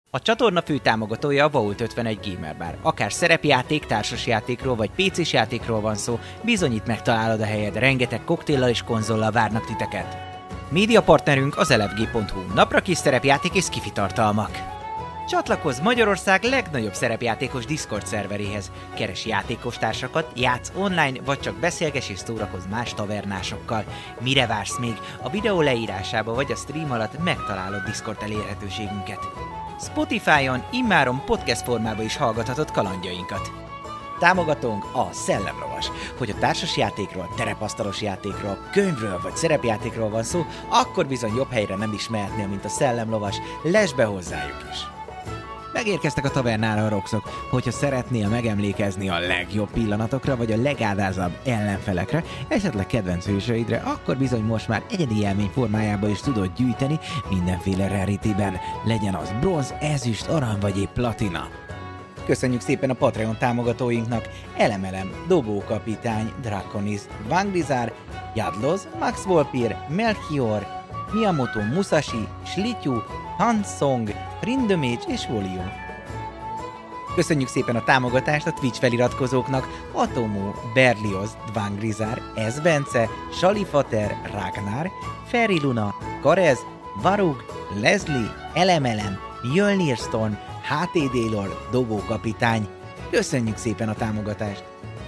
A csatorna fő támogatója a Vault 51 Gamer Bar. Akár szerepjáték, társasjátékról vagy PC-s játékról van szó, bizonyít megtalálod a helyed, rengeteg koktéllal és konzollal várnak titeket. Média partnerünk az elefg.hu, napra kis szerepjáték és skifi tartalmak. Csatlakozz Magyarország legnagyobb szerepjátékos Discord szerveréhez. Keres játékostársakat, játsz online, vagy csak beszélges és szórakozz más tavernásokkal. Mire vársz még? A videó leírásába vagy a stream alatt megtalálod Discord elérhetőségünket. Spotify-on immáron podcast formában is hallgathatod kalandjainkat. Támogatónk a Szellemlovas. Hogy a társasjátékról, terepasztalos játékról, könyvről vagy szerepjátékról van szó, akkor bizony jobb helyre nem is mehetnél, mint a Szellemlovas. Lesz be hozzájuk is! Megérkeztek a tavernára a roxok, hogyha szeretnél megemlékezni a legjobb pillanatokra, vagy a legádázabb ellenfelekre, esetleg kedvenc hősöidre, akkor bizony most már egyedi élmény formájába is tudod gyűjteni mindenféle rarityben, legyen az bronz, ezüst, arany vagy épp platina. Köszönjük szépen a Patreon támogatóinknak: Elemelem, Dobókapitány, Draconis, Vanglizár, Jadloz, Max Volpir, Melchior, Miyamoto Musashi, Slityu, Hansong, Rindömage és Volium. Köszönjük szépen a támogatást a Twitch feliratkozóknak: Atomo, Berlioz, Dvangrizár, Ezbence, Salifater, Ragnar, Ferri Luna, Karez, Varug, Leslie, Elemelem, Jölnir Storm, HTD Lord, Dobókapitány. Köszönjük szépen a támogatást!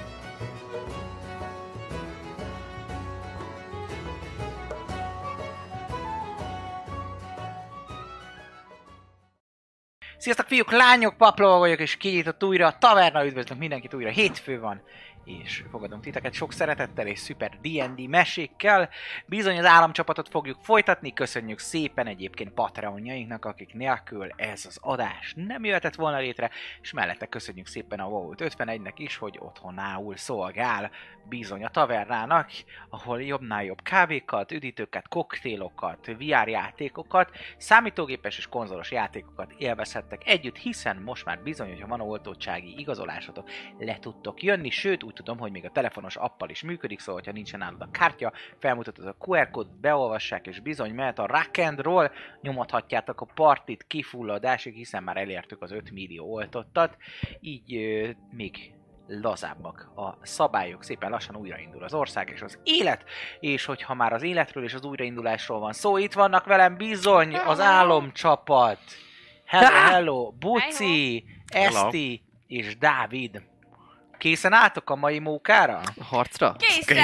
Sziasztok fiúk, lányok, Paplova vagyok, és kinyitott újra a taverna, üdvözlök mindenkit újra, hétfő van, és fogadunk titeket sok szeretettel és szuper D&D mesékkel. Bizony az államcsapatot fogjuk folytatni, köszönjük szépen egyébként Patreonjainknak, akik nélkül ez az adás nem jöhetett volna létre, és mellette köszönjük szépen a Vault 51-nek is, hogy otthonául szolgál bizony a tavernának, ahol jobbnál jobb kávékat, üdítőket, koktélokat, VR játékokat, számítógépes és konzolos játékokat élvezhettek együtt, hiszen most már bizony, hogyha van oltottsági igazolásotok, le tudtok jönni, sőt úgy tudom, hogy még a telefonos appal is működik, szóval ha nincsen nálad a kártya, felmutatod a QR kódot, beolvassák, és bizony mehet a rock and roll, nyomathatjátok a partit kifulladásig, hiszen már elértük az 5 millió oltottat, így még lazábbak a szabályok, szépen lassan újraindul az ország és az élet, és hogyha már az életről és az újraindulásról van szó, itt vannak velem bizony az álomcsapat. Hello, Buci, Eszti és Dávid. Készen álltok a mai mókára? A harcra?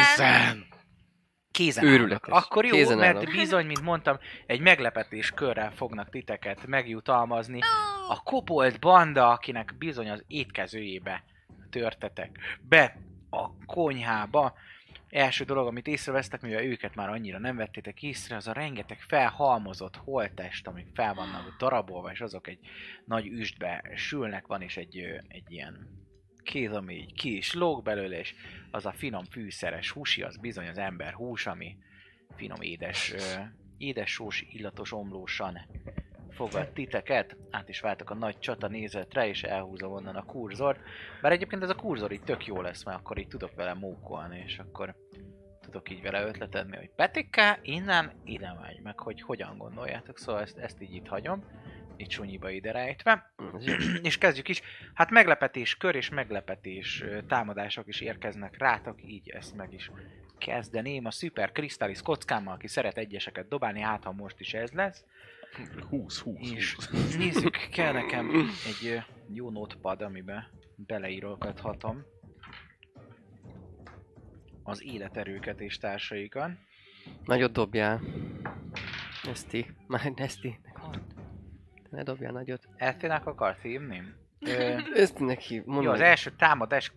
Készen állnak. Akkor jó, készen mert állok. Bizony, mint mondtam, egy meglepetés körrel fognak titeket megjutalmazni. A kobold banda, akinek bizony az étkezőjébe törtetek be a konyhába. Első dolog, amit észrevesztek, mivel őket már annyira nem vettétek észre, az a rengeteg felhalmozott holttest, amik fel vannak darabolva, és azok egy nagy üstbe sülnek, van, és egy ilyen kéz, ami így ki is lóg belőle, és az a finom fűszeres húsi, az bizony az ember hús, ami finom édes sós, illatos omlósan fogad titeket. Át is váltak a nagy csata nézetre, és elhúzom onnan a kurzort. Bár egyébként ez a kurzor így tök jó lesz, mert akkor így tudok vele mókolni, és akkor tudok így vele ötletedni, hogy Petikká, innen ide megy, meg hogy hogyan gondoljátok, szóval ezt így itt hagyom. Itt sunyiba ide rejtve. És kezdjük is. Hát meglepetés kör és meglepetés támadások is érkeznek rátok, így ezt meg is kezdeném a Super Crystallis kockámmal, aki szeret egyeseket dobálni, hát ha most is ez lesz. 20. És nézzük, kell nekem egy jó notepad, amiben beleírolgathatom az életerőket és társaikat. Nagyot dobjál. Eszti. Ne dobjál nagyot. Esztinek akarsz hívni? Esztinek hív. Jó, az első támadás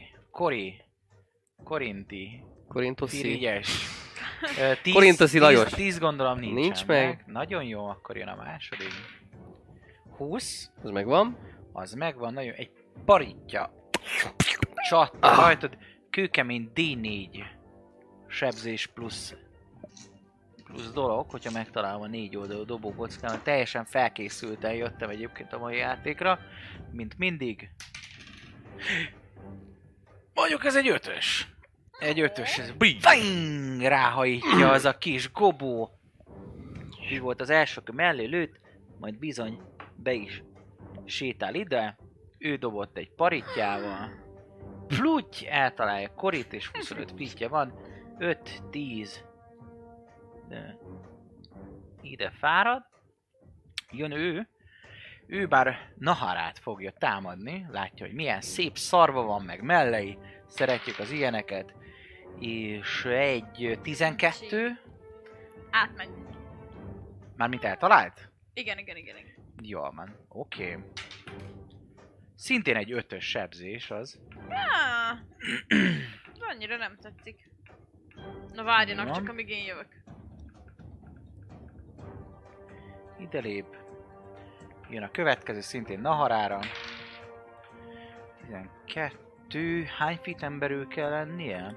Korinti. Korintoszi. Firigyes. Korintoszi Lajos. 10 gondolom Nincs meg. Nagyon jó, akkor jön a második. 20. Az megvan. Az megvan, nagyon. Egy paritja. Csatta rajtad. Kőkemény D4. Sebzés plusz dolog, hogyha megtalálom a 4 oldalú dobókockán, teljesen felkészülten jöttem egyébként a mai játékra, mint mindig. Mondjuk ez egy 5-ös. Egy 5-ös, ez bing, ráhajítja az a kis gobó. Mi volt az első, aki mellé lőtt, majd bizony be is sétál ide, ő dobott egy paritjával, plutty, eltalálja Coryt, és 25 fitje van, 5-10, de ide fárad, jön ő bár Naharát fogja támadni, látja, hogy milyen szép szarva van, meg mellei, szeretjük az ilyeneket, és egy 12, Átmegy. mármint eltalált? Igen. Jól van, oké. Szintén egy 5-ös sebzés az. Annyira nem tetszik. Na várjanak Van. csak, amíg én jövök. Ide lép. Jön a következő, szintén Naharára. 12. Hány feet belül kell lennie?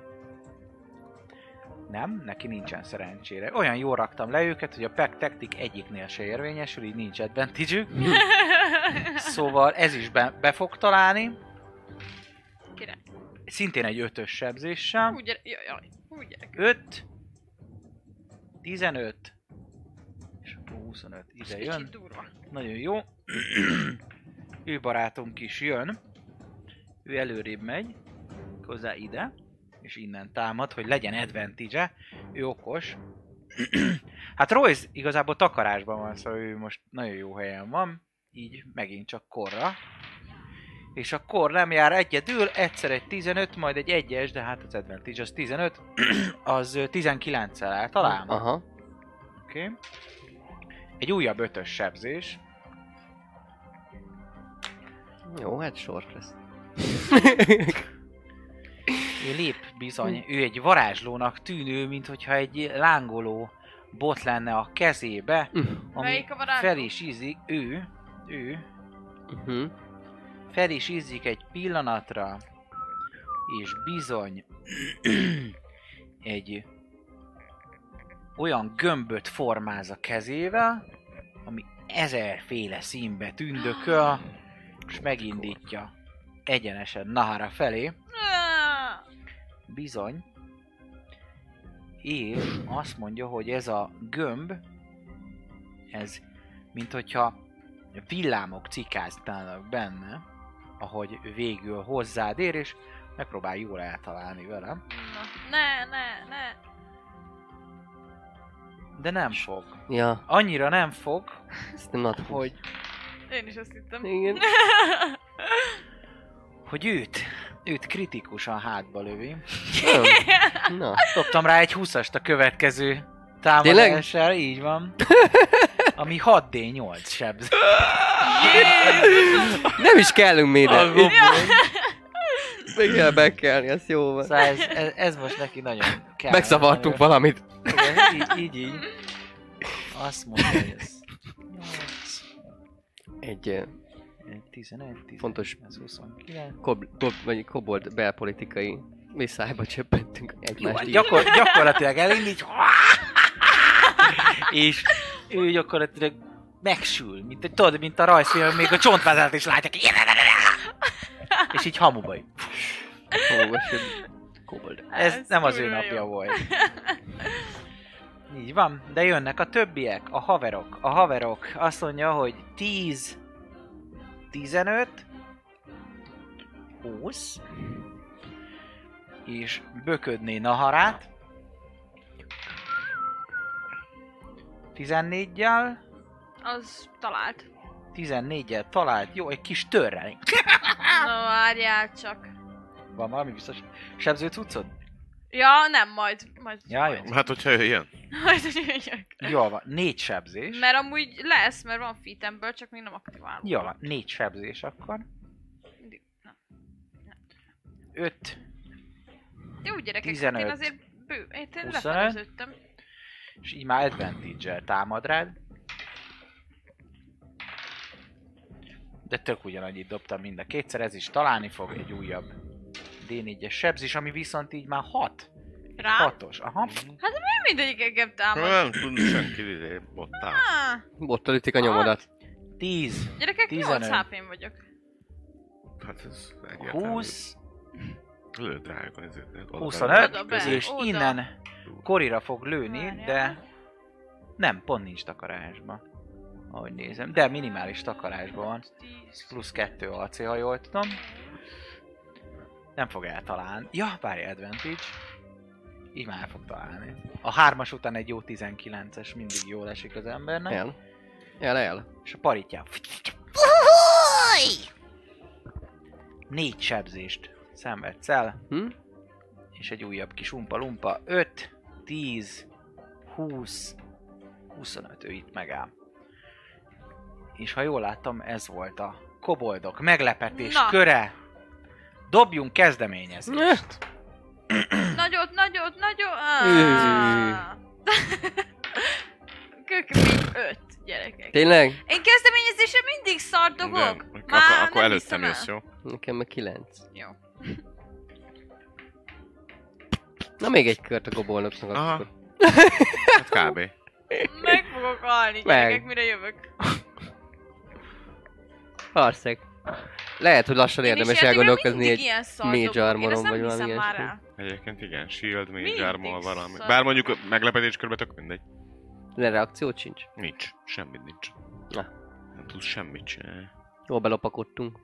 Nem, neki nincsen szerencsére. Olyan jól raktam le őket, hogy a pack tactic egyiknél se érvényesül, így nincs advantage-ük. Szóval ez is be fog találni. Kire? Szintén egy 5-ös sebzéssel. Úgy gyere, jaj, úgy gyerek. 5, 15, és akkor 25 ide jön. Kicsit durva. Nagyon jó. Ő barátunk is jön. Ő előrébb megy, hozzá ide, és innen támad, hogy legyen advantage-e. Ő okos. Hát Royce igazából takarásban van, szóval ő most nagyon jó helyen van. Így megint csak korra. És a kor nem jár egyedül, egyszer egy 15, majd egy 1-es, de hát az advantage az 15, az 19-szel eltalálna. Aha. Oké. Egy újabb 5-ös sebzés. Jó, hát sors lesz. Ő lép bizony, ő egy varázslónak tűnő, minthogyha egy lángoló bot lenne a kezébe, ami Melyik a varázsló? fel is ízik, ő fel is ízik egy pillanatra, és bizony egy olyan gömböt formáz a kezével, ami 1000-féle színbe tündököl, és megindítja egyenesen Nahara felé. Bizony. És azt mondja, hogy ez a gömb, ez minthogyha villámok cikáztának benne, ahogy végül hozzád ér, és megpróbál jól eltalálni velem. Ne. De nem fog. Ja, Annyira nem fog, ezt nem ad, hogy, Én is azt hittem. igen. hogy őt kritikusan hátba lövi. Na, Dobtam rá egy 20-ast a következő támadással, így van. Ami 6D8 sebz. nem is kellünk mi ide. Még kell bekelni, ez jó van. Szóval ez most neki nagyon kell. Megszavartunk valamit. Igen, így. Azt mondja, hogy ez 8, Egy 11, fontos 29. kobold belpolitikai viszályba csöppentünk Jó, egymást. hát gyakorlatilag elindít, és ő gyakorlatilag megsül, mint a rajzfilm, még a csontvázát is látják, és így hamuba. Kobold. Ez nem az ő kurva napja jó. volt. Így van, de jönnek a többiek, a haverok. A haverok azt mondja, hogy 10, 15, 20, és böködné Naharát. 14-jel, Az talált. 14-jel talált, jó, egy kis törrel. Na várjál csak. Van valami biztos sebző cuccod? Ja, nem, majd. Ja, jó. Hát, hogyha jöjjön. Majd, hogy jöjjök. Jól van, 4 sebzés. Mert amúgy lesz, mert van featemből, csak még nem aktiválom. Jól van, 4 sebzés akkor. 5, Jó gyerekek, 15, én azért én 25. lefeleződtem. és így már advantage-el támad rád. De tök ugyanannyit dobtam mind a kétszer, ez is találni fog egy újabb D4-es sebzés, ami viszont így már 6. Rá? 6-os, aha. Hát nem mindegyik engem támad. Nem tudni senki bottál. Bottal ütik a nyomodat. 10, Gyerekek, 8 15. HP-n vagyok. Hát ez egyértelmű. 20, Lőd rá, ezért. 25, Oda be, és oda. innen Corira fog lőni, Várjál. de nem, pont nincs takarásban. Ahogy nézem, de minimális takarásban van. Plusz 2 AC, ha jól tudom. Nem fog eltalálni. Ja, várj, advantage. Így már el fog találni. A 3-as után egy jó 19-es mindig jól esik az embernek. El. És a paritján. 4 sebzést szenvedsz el. És egy újabb kis umpa-lumpa. 5, 10, 20, 25, ő itt megáll. És ha jól láttam, ez volt a koboldok meglepetés köre. Dobjunk kezdeményezést. Nagyot. Kökemény 5, gyerekek. Tényleg? Én kezdeményezésre mindig szar dobok. Akkor előttem jössz, jó? Nekem meg 9. Jó. Na még egy kört a gobolnoknak akkor. Hát kb. Meg fogok halni, gyerekek, mire jövök. Harszeg. Lehet, hogy lassan érdemes elgondolkozni egy mage armoron vagy valami ilyesmi. Egyébként igen, shield, mage armor, valami. Bár mondjuk meglepetés körbe tök mindegy. De reakciót sincs? Nincs, semmit nincs. Na. Nem tudsz semmit csinálni. Jól belopakodtunk.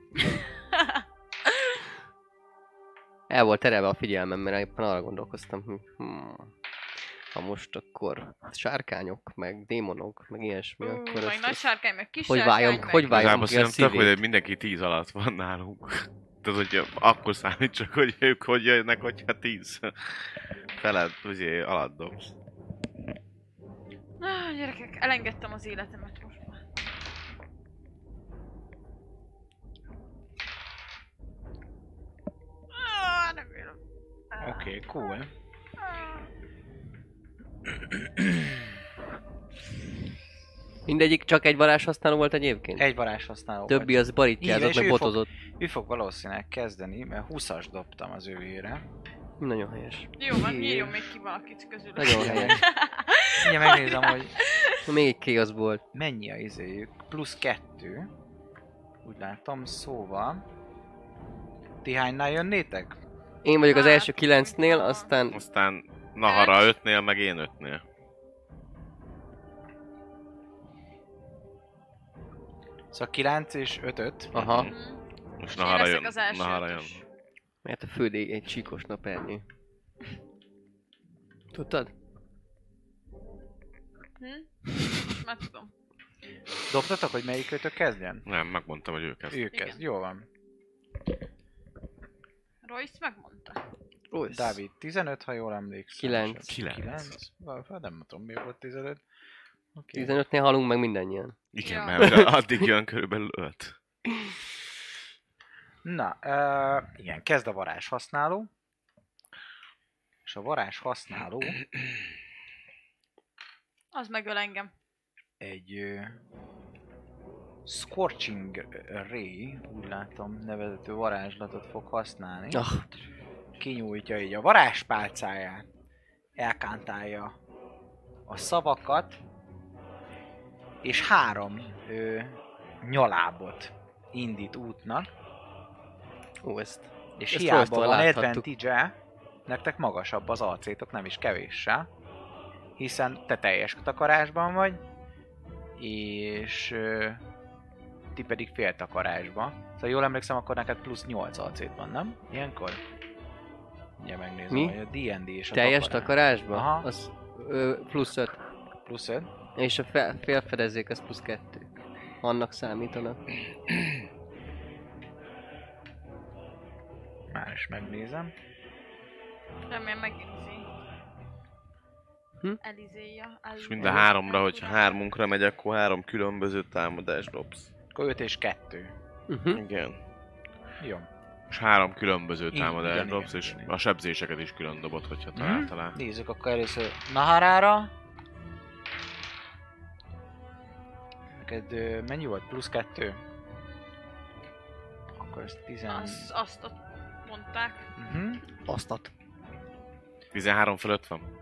El volt terelve a figyelmem, mert éppen arra gondolkoztam, ha most akkor sárkányok, meg démonok, meg ilyesmi, akkor meg nagy sárkány, meg kis hogy sárkány, váljunk, hogy váljunk ki a szerintem tök, hogy szívét. mindenki 10 alatt van nálunk. Tehát, hogy akkor számít csak, hogy ők hogy jönnek, hogyha 10 feled, alatt dobsz. Gyerekek, elengedtem az életemet most már. Nem bírom. Oké, cool. Mindegyik csak egy varázshasználó volt egyébként? Egy varázshasználó Többi az barítjázott, meg botozott. Ő fog valószínűleg kezdeni, mert 20-as dobtam az őjére. Nagyon helyes. Jó van, írjon még ki valakit közül. Nagyon helyes. Ugye megnézem, hogy Na, még egy chaos volt. mennyi a izéjük. Plusz 2. Úgy látom, szóval. Ti hánynál jönnétek? Én vagyok az első 9-nél, Aztán Nahara 5-nél, meg én 5-nél. Szóval 9 és 5-5. Aha. Most Én Nahara leszek jön. az első Nahara jön. ötös. Mert a földé egy csíkos napernyő. Tudtad? Már tudom. Dobtatok, hogy melyik őtök kezdjen? Nem, megmondtam, hogy ő kezd. Ő kezd, jó van. Royce megmondta. Dávid 15, ha jól emlékszem. 9. 9. Nem tudom, mi volt 15. Okay. 15-nél halunk meg mindannyian. Igen, Ja. mert hogy addig jön körülbelül 5. Na, igen, kezd a varázs használó. És a varázs használó Az megöl engem. egy Scorching Ray, úgy látom, nevezető varázslatot fog használni. Kinyújtja így a varázspálcáját, elkántálja a szavakat, és 3 nyalábot indít útnak. Ezt És Ezt hiába Royce-tól van láthattuk. advantage-e, nektek magasabb az AC-tok, nem is kevéssel. Hiszen te teljes takarásban vagy, és ti pedig fél takarásban. Szóval jól emlékszem, akkor neked plusz 8 AC-t van, nem? Ilyenkor? Ugye megnézem, Mi? hogy a D&D és a teljes takarás. takarásban? Aha. Az plusz 5. Plusz 5? És a félfedezék az plusz 2. Annak számítanak. Már is megnézem. Remélem megidézi. Hm? Elizéja. És mind a 3-ra, hogyha 3-unkra megy, akkor 3 különböző támadást dobsz. Akkor 5 és 2. Igen. Jó. És 3 különböző Igen, támadást igen, dobsz, igen, és igen. a sebzéseket is külön dobod, hogyha Mhm. talál. Nézzük akkor először Naharára. Neked mennyi volt? Plusz 2? Akkor ez 10... Azt ott mondták. Uh-huh. Aztat. 13 fölött van.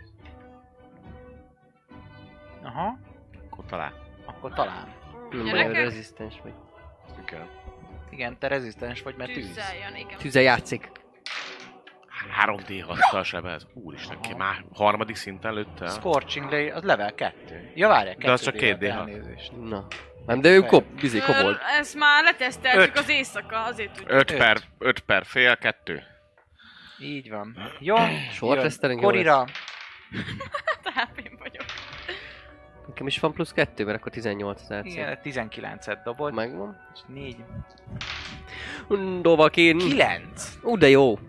Aha, Akkor talál. akkor talán. Nem vagy Gyerekek, rezisztens vagy. Igen. Igen, te rezisztens vagy, mert tűz. tűzzel jön, igen. Tűzzel játszik. 3D6-tal sebez. Úristen, ki már harmadik szinten lőtte el? Scorching Ray, az level 2. Ja, várjál, 2 De az csak 2D6. elnézést. Na. Nem, de ő kobold. Ezt már leteszteltük 5. az éjszaka, azért tudjuk. 5 per fél, 2. Így van. Jó, Short jön resterünk, Korira. Tehát én vagyok. Nekem is van plusz 2, mert akkor 18 az AC. Igen, 19-et dobott. Megvan. És 4. Dovakin. 9. De jó.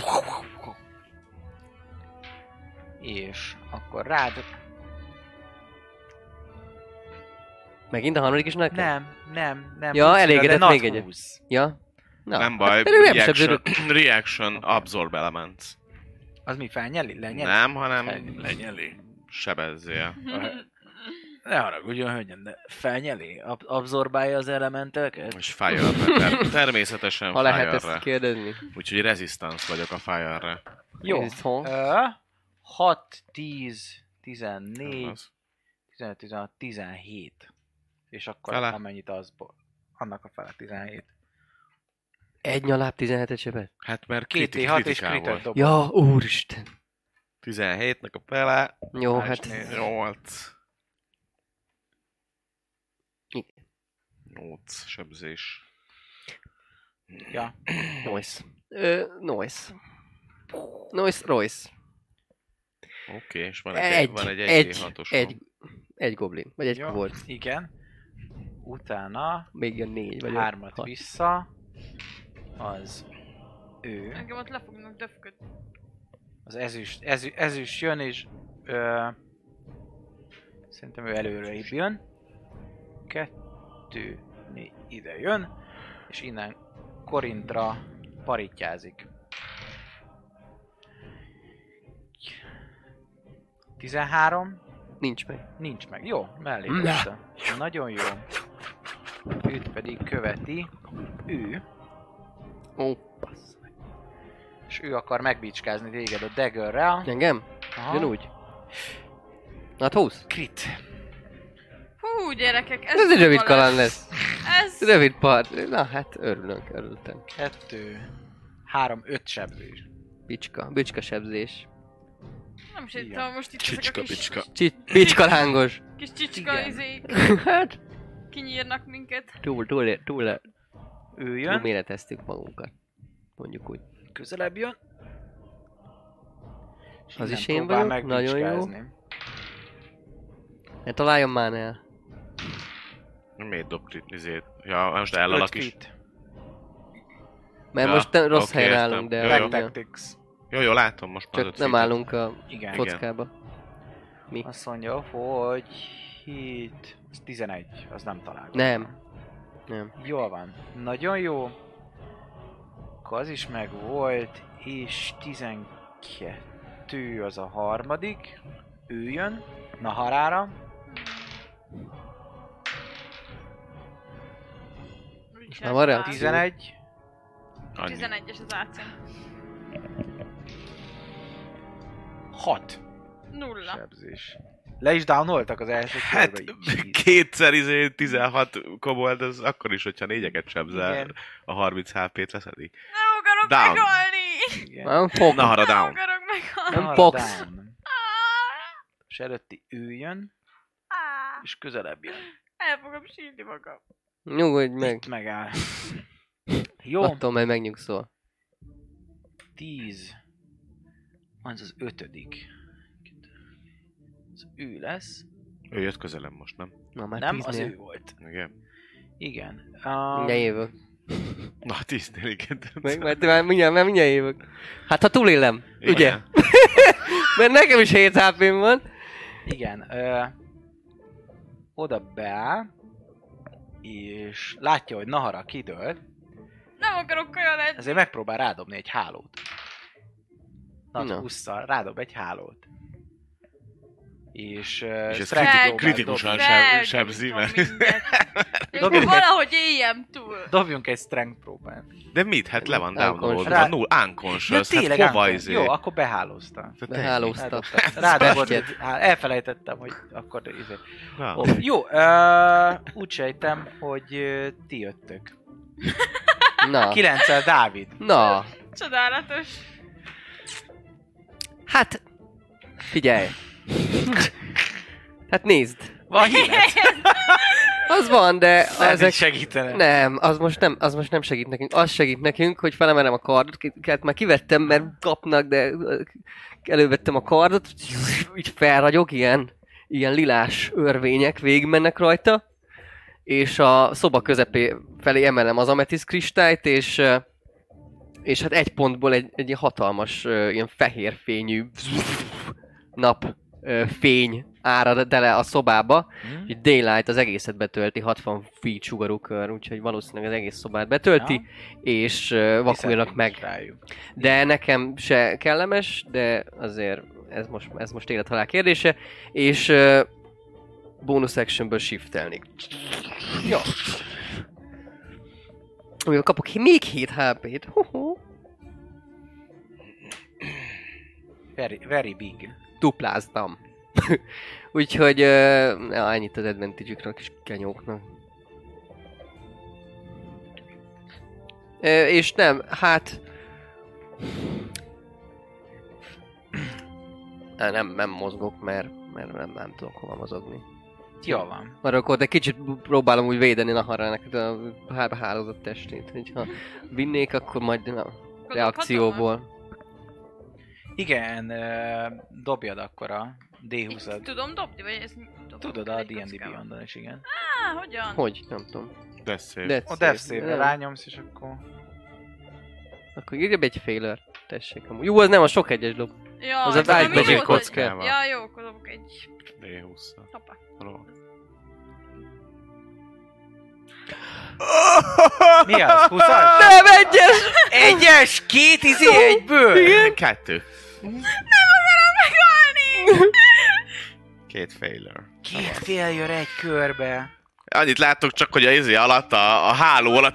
És akkor rád... Megint a harmadik is nekem? Nem. Ja, plusz, elégedett de még not egyet. 20. Ja. Na, Nem baj, hát ő nem reaction, sebződő. reaction absorb elements. Az mi felnyeli? Lenyeli? Nem, hanem Lenyeli. sebezzél. Ne haragudjon, hölgyem, de felnyeli? Absorbálja az elementeleket? És fire természetesen Ha lehet fire-re. ezt kérdezni. Úgyhogy resistance vagyok a fire-re. Jó. Ez hol? 6, 10, 14, Az. 15, 16, 17. És akkor Fele. amennyit az... Annak a fele 17. Egy nyaláb 17-et sebet? Hát mert 2D6 és kritikál kritet volt. dobott. Ja, úristen. 17-nek a fele, Jó, Más hát... néz. 8. Igen. 8 sebzés. Ja. Noise. Noise. Noise Royce. Oké, és van egy 1D6-os. Egy goblin. Vagy egy Jó, kobold. igen. Utána Még jön 4 vagy 3-at hat. vissza. Az ő. Engem ott le fognak döfködni. Az ezüst jön, és szerintem ő előrébb jön. 2, 4, ide jön, és innen Korintra parítjázik. 13, Nincs meg. nincs meg. Jó, mellé Na. tette. Nagyon jó. Őt pedig követi ő, Ó, passz. és ő akar megbicskázni téged a daggerrel. Engem? Aha. Jön úgy. Hát 20. Crit. Hú, gyerekek, Ez egy rövid durva kaland lesz. Ez... Rövid part. Na hát örültem. 2, 3, 5 sebzés. Bicska sebzés. Nem is Igen. értem, most itt ezek a Csicska, kis, picska. Bicska lángos. kis csicska Igen. izék Hát kinyírnak minket. túl Ő jön, méreteztük magunkat. Mondjuk úgy. közelebb jön. És Az innen is én próbál vagyok, nagyon jó. megbicskázni. Hát találjon már el. Miért dob crit izét? Ja, most 5 ellalak is. crit. Mert Ja, most rossz oké, helyen értem. állunk, de Jó, jó. Black igen. Tactics. Jó, látom most már Csak az nem 5 állunk a Igen. kockába. Mi? Azt mondja, hogy hit... Ez 11, az nem talál. Nem. Jól van. Nagyon jó. Akkor az is meg volt, és 12 az a harmadik. Ő jön, Naharára. Na, van rá? 11. Annyi. 11-es az AC. 6 Nulla. sebzés. Le is downoltak az első Hát körbe, így. kétszer 16 kobold, az akkor is, hogyha 4-eket sebzel, Igen. a 30 HP-t leszedik. Nem akarok Down. meghalni! Igen. Nem fog. Nahara Nem down. akarok meghalni! Nem Nahara fogsz. down. És előtti ő jön, Á, és közelebb jön. el fogom sírni magam. Nyugodj meg. Itt megáll. Jó, Attól majd megnyugszol. 10. Az az 5. Az ő lesz. Ő jött közelem most, nem? Na már Nem, az 10-nél. ő volt. Igen. Igen. Mindjárt jövök. Na, 10-nél igen. Mert már mindjárt jövök. Hát ha túlélem, Igen. ugye? Mert nekem is 7 HP-m van. Igen. Oda beáll, és látja, hogy Nahara kidőlt, Nem akarok kaja lenni. ezért megpróbál rádobni egy hálót. Na. Na, 20-szal rádob egy hálót. És, És ez strength próbál kritikusan dobni. sebzi, mert... Akkor valahogy éljem túl. Dobjunk egy strength próbát. De mit? Hát le van Unconscious. downloadva. Null, unconscious. Hát hova unconscious. izé? Jó, akkor behálózta. Tehát Behálózta. Rádobott, Bestyet. elfelejtettem, hogy akkor Na. Jó, úgy sejtem, hogy ti jöttök. Na. 9-el Dávid. Na. Csodálatos. Hát, figyelj. Hát nézd. Van hílet? Az van, de Ezek segítene. Nem, az most nem segít nekünk. Az segít nekünk, hogy felemelem a kardot. Már kivettem, mert kapnak, de elővettem a kardot. Így felragyog, ilyen lilás örvények végigmennek rajta. És a szoba közepé felé emelem az ametisz kristályt, és hát egy pontból egy hatalmas, ilyen fehér fényű nap fény árad le a szobába, így daylight az egészet betölti, 60 feet sugarú kör, úgyhogy valószínűleg az egész szobát betölti, és vakuljanak meg. De nekem se kellemes, de azért ez most élet-halál kérdése, és bonus actionből shiftelni. Jó. Amivel kapok még 7 HP-t. Very big. Dupláztam. Úgyhogy ennyit az advantage-ükről, kis kenyóknak. És nem, hát... Nem mozgok, mert nem tudok hova mozogni. Jó van. Arra akkor, de kicsit próbálom úgy védeni Naharának a hálózott testét. Ha vinnék, akkor majd reakcióból. Igen, dobjad akkor a D20-ad. Tudom dobni, vagy ez... Tudod a D&D Beyond-on is, igen. Hogyan? Hogy? Nem tudom. Death save. A Death save-re rányomsz, és akkor... Akkor írj be egy failure. Tessék. Jó, az nem a sok egyes dob. Ja, az a vágybegyék kockával. Ja, jó, akkor dobok egy... D20-szal. Hoppá. Mi az? 20-as? Nem, egyes! Egyes! Két egyből! Igen. 2. Nem akarom meghalni! 2 failure. 2 failure egy körbe. Annyit láttok csak, hogy a alatt, a háló alatt...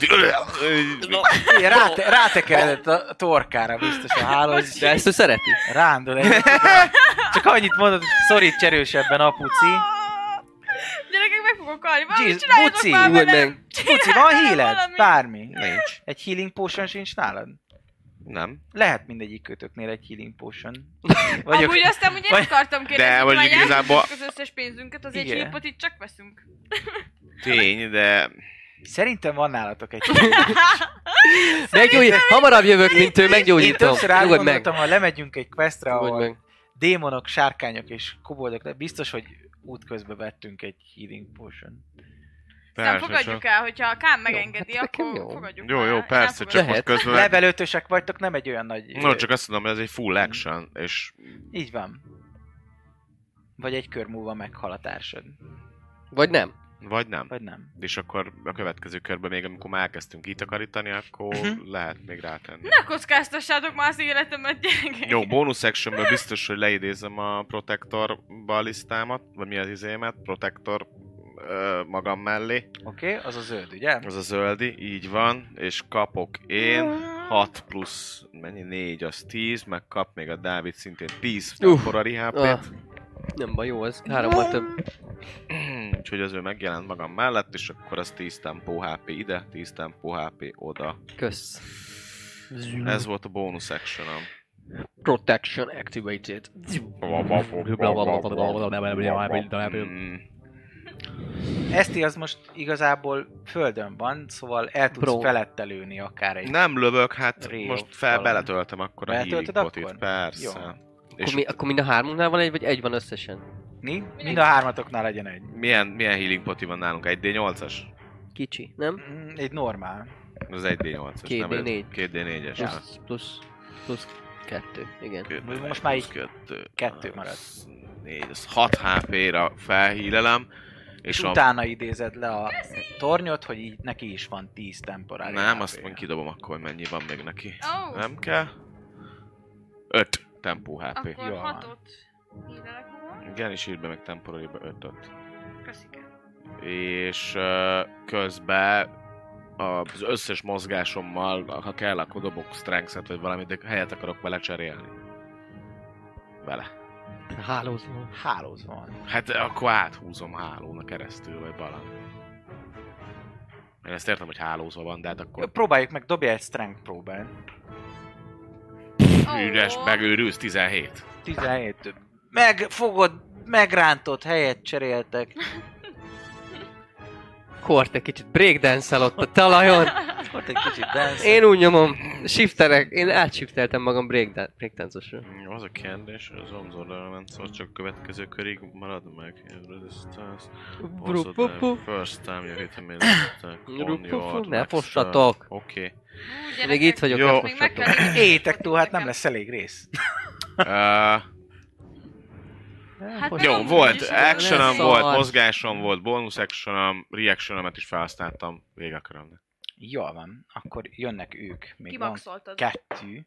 Rátekeredett a torkára biztos a háló. De ezt ő szereti. Rándul egyet. Csak annyit mondod, hogy szoríts erősebben, apuci. Gyerekek, meg fogok halni. Valamit Jeez, csináljatok Buci, már velem! Buci, van híled? Valami. Bármi. Nincs. Egy healing potion sincs nálad? Nem. Lehet mindegyik kötöknél egy healing potion. Amúgy aztán ugye vagy- akartam kérdezni, De hogy mondjuk már igazából- játszottuk az összes pénzünket, az egy Igen. hípot itt csak veszünk. Tény, de... Szerintem van nálatok egy Hamarabb jövök, mint ő, Én meggyógyítom. többször Nyugodj meg. átgondoltam, ha lemegyünk egy questre, Nyugodj ahol meg. démonok, sárkányok és koboldok, de biztos, hogy útközben vettünk egy healing potion. Nem fogadjuk el, hogyha a Kám megengedi, hát nekem akkor jó. fogadjuk Jó, el. jó, Én persze, elfogadom. csak most Lehet. közben... Level 5-ösek vagytok, nem egy olyan nagy... No, csak azt mondom, hogy ez egy full action, és... Így van. Vagy egy kör múlva meghal a társad. Vagy nem. Vagy nem. Vagy nem. És akkor a következő körben még, amikor már elkezdtünk így takarítani, akkor lehet még rátenni. Ne kockáztassátok már az életemet, gyerekek! Jó, bonus actionből biztos, hogy leidézem a Protector balisztámat, vagy mi az izémet, Protector magam mellé. Oké, az a zöld, ugye? Az a zöldi, így van, és kapok én 6 plusz, mennyi? 4, az 10, meg kap még a Dávid szintén 10 temporary HP-t. Nem baj, jó, ez 3-mal több. Úgyhogy az ő megjelent magam mellett, és akkor az 10 tempó HP ide, 10 tempó HP oda. Kösz. Ez volt a bonus actionom. Protection activated. Mm, Eszti az most igazából földön van, szóval el tudsz Bro. felette lőni akár egy... nem lövök, hát Rio most valami. beletöltem akkor a healing Beletöltöd potit, akkor? persze. Jó. És Akkor mind a hármunknál van egy, vagy egy van összesen? Mind a hármatoknál legyen egy. milyen healing poti van nálunk? 1D8-as? Kicsi, nem? Egy normál. Az 1D8-as, nem 2D4. 2D4-es. Plusz 2, igen. Most már így 2. 2 marad. 4, az 6 HP-ra felhílelem. És utána idézed le a tornyot, hogy így neki is van 10 temporális. Nem, azt mondjuk kidobom akkor, hogy mennyi van még neki. Ó. Nem kell. 5 tempó HP. Akkor Jó van. 6-ot hírelek magam. Igen, és írd be meg temporary-be 5-öt. Köszike. És közben az összes mozgásommal, ha kell, akkor dobok strength-et, vagy valamit, de helyet akarok vele cserélni. Vele. Hálózó. Hálózva van. Hát akkor áthúzom hálónak keresztül, vagy valami. Én ezt értem, hogy hálózva van, de hát akkor... Próbáljuk meg, dobja egy strength próbát. Üres, megőrülsz, 17. 17. Megfogod, megrántott, helyet cseréltek. Kort egy kicsit breakdance-el ott a talajon. Ott egy kicsit dance. Én úgy nyomom, shifterek, én átshifteltem magam breakdance-osra. Az a kérdés, az omzorra ment, szóval csak a következő körig marad meg. Resistance. First time you hit him in on your Ne next fossatok! Oké. Még itt vagyok, Jó. ne Még meg fossatok. kell Éjtek túl, hát nem lesz elég rész. Hát Jó, nem, volt úgyis actionom, lesz. volt Szar. mozgásom, volt bonus actionom, reactionomet is felhasználtam. Vége a körömnek. Jól van, akkor jönnek ők. Még van Kimaxoltad. 2.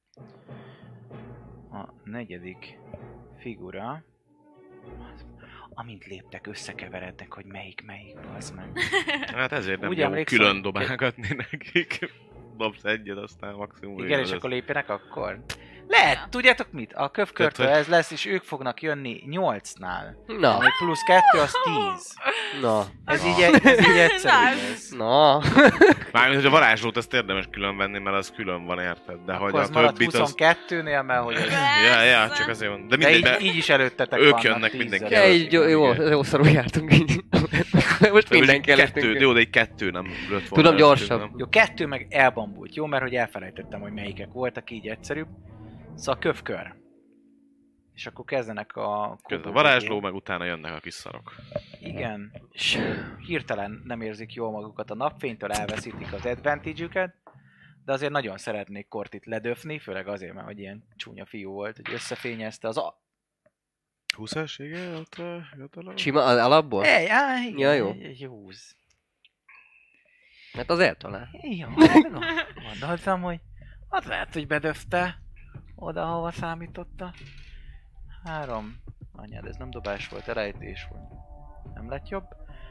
A 4. figura. Amint léptek, összekeverednek, hogy melyik, az meg. Hát ezért nem Úgy jó emlékszem, külön dobálgatni nekik. Dobsz egyet, aztán maximum... Igen, jön és az- akkor lépjenek akkor? Lehet, Ja. tudjátok mit? A kövkörtől Tehát, ez lesz, és ők fognak jönni 8-nál. Na, Ami plusz 2, az 10. na, Ez így egyszerű Nice. lesz. na. Mármint, hogy a varázslót ezt érdemes külön venni, mert az külön van, érted? De hogy Akkor a az marad többit az... 22-nél, mert hogy... Ja, csak azért van. De De mindegy, így, mert így is előttetek ők vannak jönnek 10-zel. mindenki Ja, előtt. így jó szarul jártunk így. Most mindenki kettő, előttünk. jó, de egy kettő nem lőtt volna. Tudom, előttünk, gyorsabb. nem? Jó, 2 meg elbambult, jó? Mert hogy elfelejtettem, hogy melyikek voltak, így egyszerűbb. Szóval kövkör. És akkor kezdenek a... Közben a varázsló, meg utána jönnek a kis szarok. Igen. És hirtelen nem érzik jól magukat a napfénytől, elveszítik az advantage-üket. De azért nagyon szeretnék Kortit ledöfni, főleg azért, mert hogy ilyen csúnya fiú volt, hogy összefényezte az 20-as, igen, ott Sima az alapból? igen, Ja, jó. egy 20. Mert az eltalál. Jó, gondoltam, hogy az lehet, hogy bedöfte oda, hova számította. 3. Anyád, ez nem dobás volt, elejtés volt. Nem lett jobb.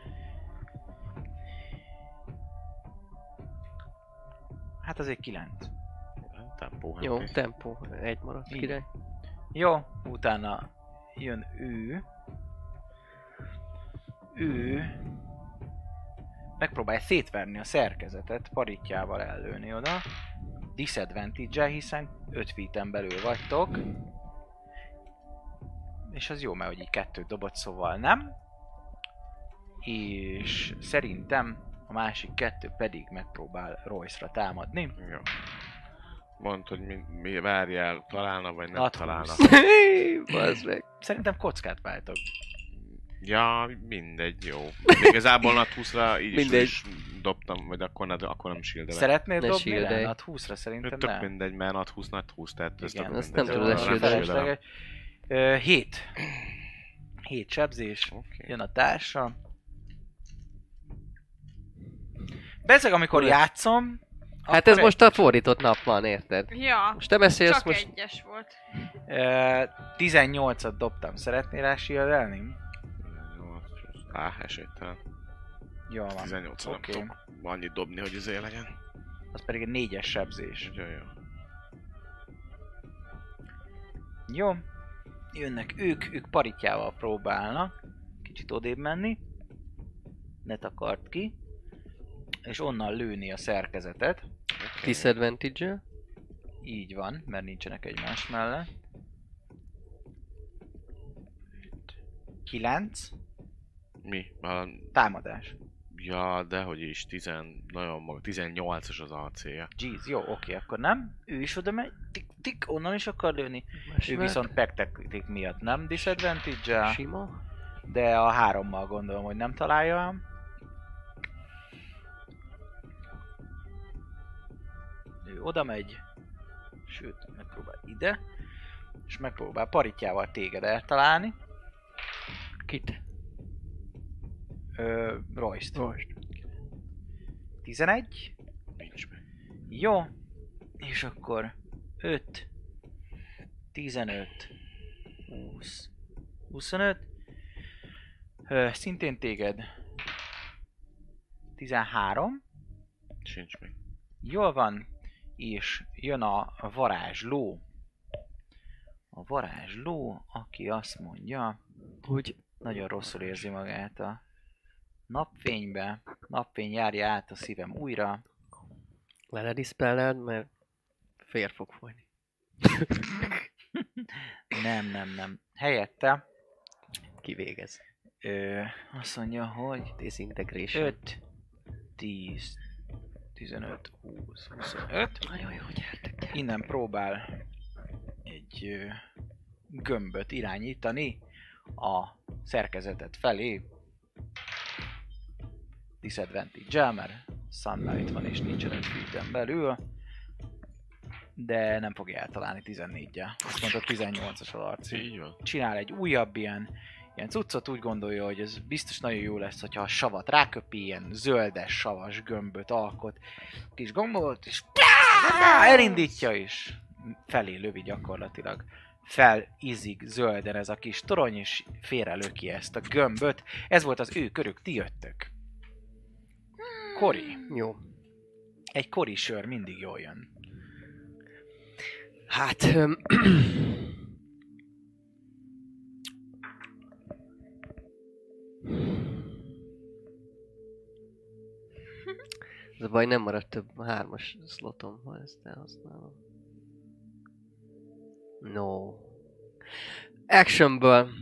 Hát azért 9. Tempó, Jó, hát tempó. Egy maradt, Így. király. Jó, utána jön ő. Ő megpróbálja szétverni a szerkezetet, paritjával ellőni oda. Disadvantage-el, hiszen 5 feet-en belül vagytok. És az jó, mert hogy így 2 dobott, szóval nem. És szerintem a másik 2 pedig megpróbál Royce-ra támadni. Jó. Mondd, hogy mi várjál, találna vagy nem Hát, találna. Bazd meg. Szerintem kockát váltok. Ja, mindegy, jó. Még igazából nat 20-ra így Mindegy. is dobtam, vagy akkor nem shieldelek. Szeretnéd Ne dobni shieldelj. le? Hát 20-ra szerintem Tök nem. mindegy, mert nat 20, nat 20, tehát ez Igen, tök azt mindegy. nem tudod Jó, leshieldelni. shieldelem. 7. 7 sebzés. Oké. Jön a társa. Persze, amikor Hol ez? játszom... Hát akkor ez most a fordított nap van, érted? Ja, Most te beszélsz, csak most... egyes volt. 18-at dobtam. Szeretnél rá shieldelni? Esélytelen. Jól van. 18 nem Oké. tudok annyit dobni, hogy izé legyen. Az pedig egy 4-es sebzés. Jó, jó. Jó. Jönnek ők paritjával próbálnak. Kicsit odébb menni. Ne takart ki. És onnan lőni a szerkezetet. Disadvantage-el. Így van, mert nincsenek egymás mellett. 9. Mi? Támadás. Ja, dehogy is, nagyon maga, 18-as az AC-ja. Jeez, jó, oké, akkor nem. Ő is oda megy, tik, onnan is akar lőni. Ő viszont pack miatt nem disadvantage-el, Sima. de a 3-mal gondolom, hogy nem találja el. Ő oda megy, sőt, megpróbál ide, és megpróbál paritjával téged eltalálni. Kit? Royce-t. 11. Nincs meg. Jó. És akkor 5, 15, 20, 25. Szintén téged. 13. Sincs meg. Jól van. És jön a varázsló. A varázsló, aki azt mondja, Hogy nagyon rosszul érzi magát a napfénybe. Napfény járja át a szívem újra. le dispelled, mert fér fog folyni. Nem. Helyette Kivégez. azt mondja, hogy Disintegration. 5, 10, 15, 20, 25. Nagyon jó, gyertek. Innen próbál egy gömböt irányítani a szerkezetet felé. Disadvantage-el, mert Sunlight van és nincs 5 feet-en belül. De nem fogja eltalálni 14-jel. Azt mondta 18-as a Larci. Így van. Csinál egy újabb ilyen cuccot, úgy gondolja, hogy ez biztos nagyon jó lesz, hogyha a savat ráköpi, ilyen zöldes, savas gömböt alkot. Kis gombot, és elindítja, és felé lövi gyakorlatilag. Felizzik zölden ez a kis torony, és félrelöki ezt a gömböt. Ez volt az ő körük, ti jöttök. Kori. Jó. Egy kori sör mindig jól jön. Hát... Ez a baj, nem maradt több 3-as szlotom, ha ezt elhasználom. No. Actionből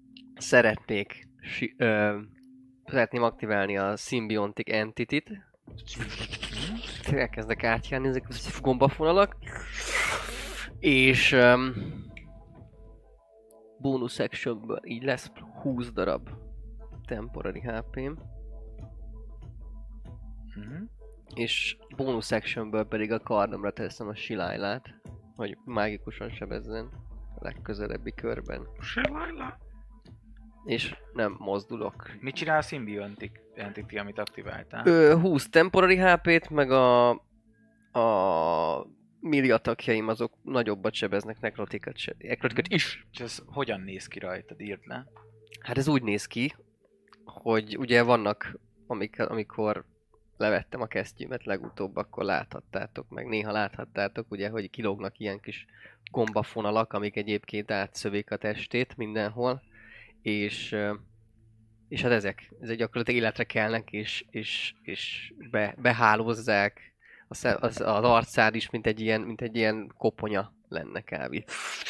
szeretném aktiválni a Symbiontic Entity-t. Elkezdek átjárni ezek a gombafonalak. És bonus actionből így lesz 20 darab temporary HP-m. És bonus actionből pedig a kardomra teszem a Shilailát, hogy mágikusan sebezzen a legközelebbi körben. Shilaila. És nem mozdulok. Mit csinál a Symbiontic Entity, amit aktiváltál? 20 temporary HP-t, meg a melee attackjaim azok nagyobbat sebeznek, nekrotikat is. És ez hogyan néz ki rajtad? Írd le. Hát ez úgy néz ki, hogy ugye vannak, amikor levettem a kesztyűmet legutóbb, akkor láthattátok, meg néha láthattátok, ugye, hogy kilógnak ilyen kis gombafonalak, amik egyébként átszövik a testét mindenhol, és hát ezek gyakorlatilag életre kelnek, és behálózzák az arcád is, mint egy ilyen koponya lenne kb.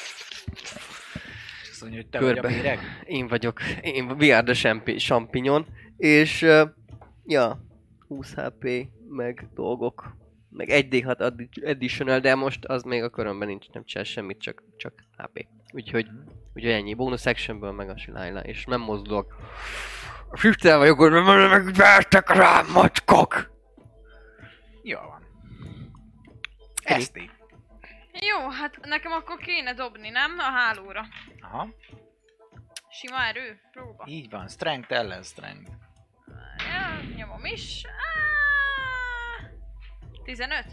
Azt mondja, hogy te vagy a méreg? Én vagyok. We are the champignon. És 20 HP, meg dolgok. Meg 1d6 additional, de most az még a körömben nincs, nem csinál semmit, csak HP. Úgyhogy ennyi. Bonus actionből meg a Shilaila, és nem mozdulok. Füstel vagyok, hogy megvertek rám, macskok! Jó van. Eszti. Jó, hát nekem akkor kéne dobni, nem? A hálóra. Aha. Sima erő, próba. Így van, strength ellen strength. Ja, nyomom is. 15?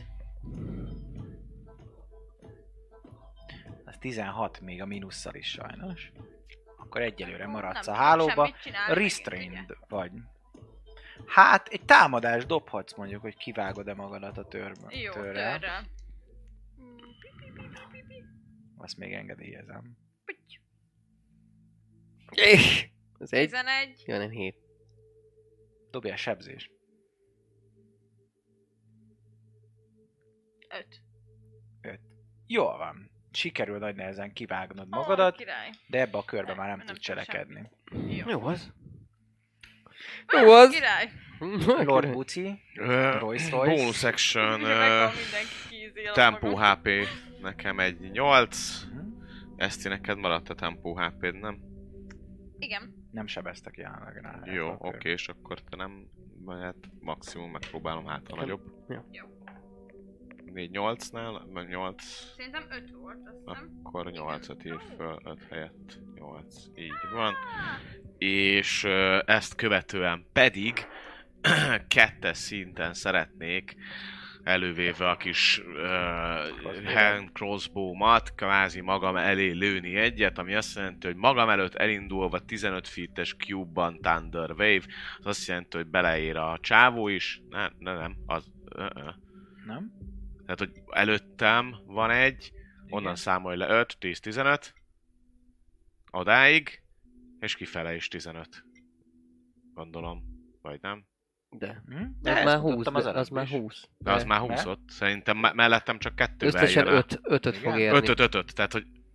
Az 16 még a mínusszal is sajnos. Akkor egyelőre maradsz nem a hálóba. semmit csinálni, Restrained meg, vagy. Hát egy támadást dobhatsz, mondjuk, hogy kivágod-e magadat a Jó, törrel. törrel. Azt még engedélyezem. Pitty. Ez 1? 11. Ja, nem 7. Dobjál sebzést. 5. Jól van. Sikerül nagy nehezen kivágnod magadat, Király. de ebbe a körbe már nem Nem tud tud cselekedni. Jó az. Jó az. Király. Lord Buci, Royce Royce. Bonus action, Megvan mindenki kízél tempó maga. HP, nekem egy 8. Eszti, neked maradt a tempó HP-d, nem? Igen. Nem sebeztek jelenleg rá. Jó, oké, és akkor te nem, vagy hát maximum megpróbálom hát a nagyobb. Jó. 4-8-nál, meg 8, Szerintem 5 volt, azt hiszem. akkor 8-at ír föl, 5 helyett 8, így van. És ezt követően pedig 2-es szinten szeretnék elővéve a kis hand crossbow-mat, kvázi magam elé lőni egyet, ami azt jelenti, hogy magam előtt elindulva 15 feet-es cube-ban Thunder Wave, az azt jelenti, hogy beleér a csávó is, nem, az... Nem? Tehát, hogy előttem van egy, onnan Igen. számolj le 5, 10, 15, odáig, és kifele is 15. Gondolom, vagy nem? De. De Az ezt már 20, mutattam az az előbb már is. 20. De az már 20 Ne? ott. Szerintem mellettem csak 2 Összesen jön el. 5-öt fog Igen? érni. 5, tehát hogy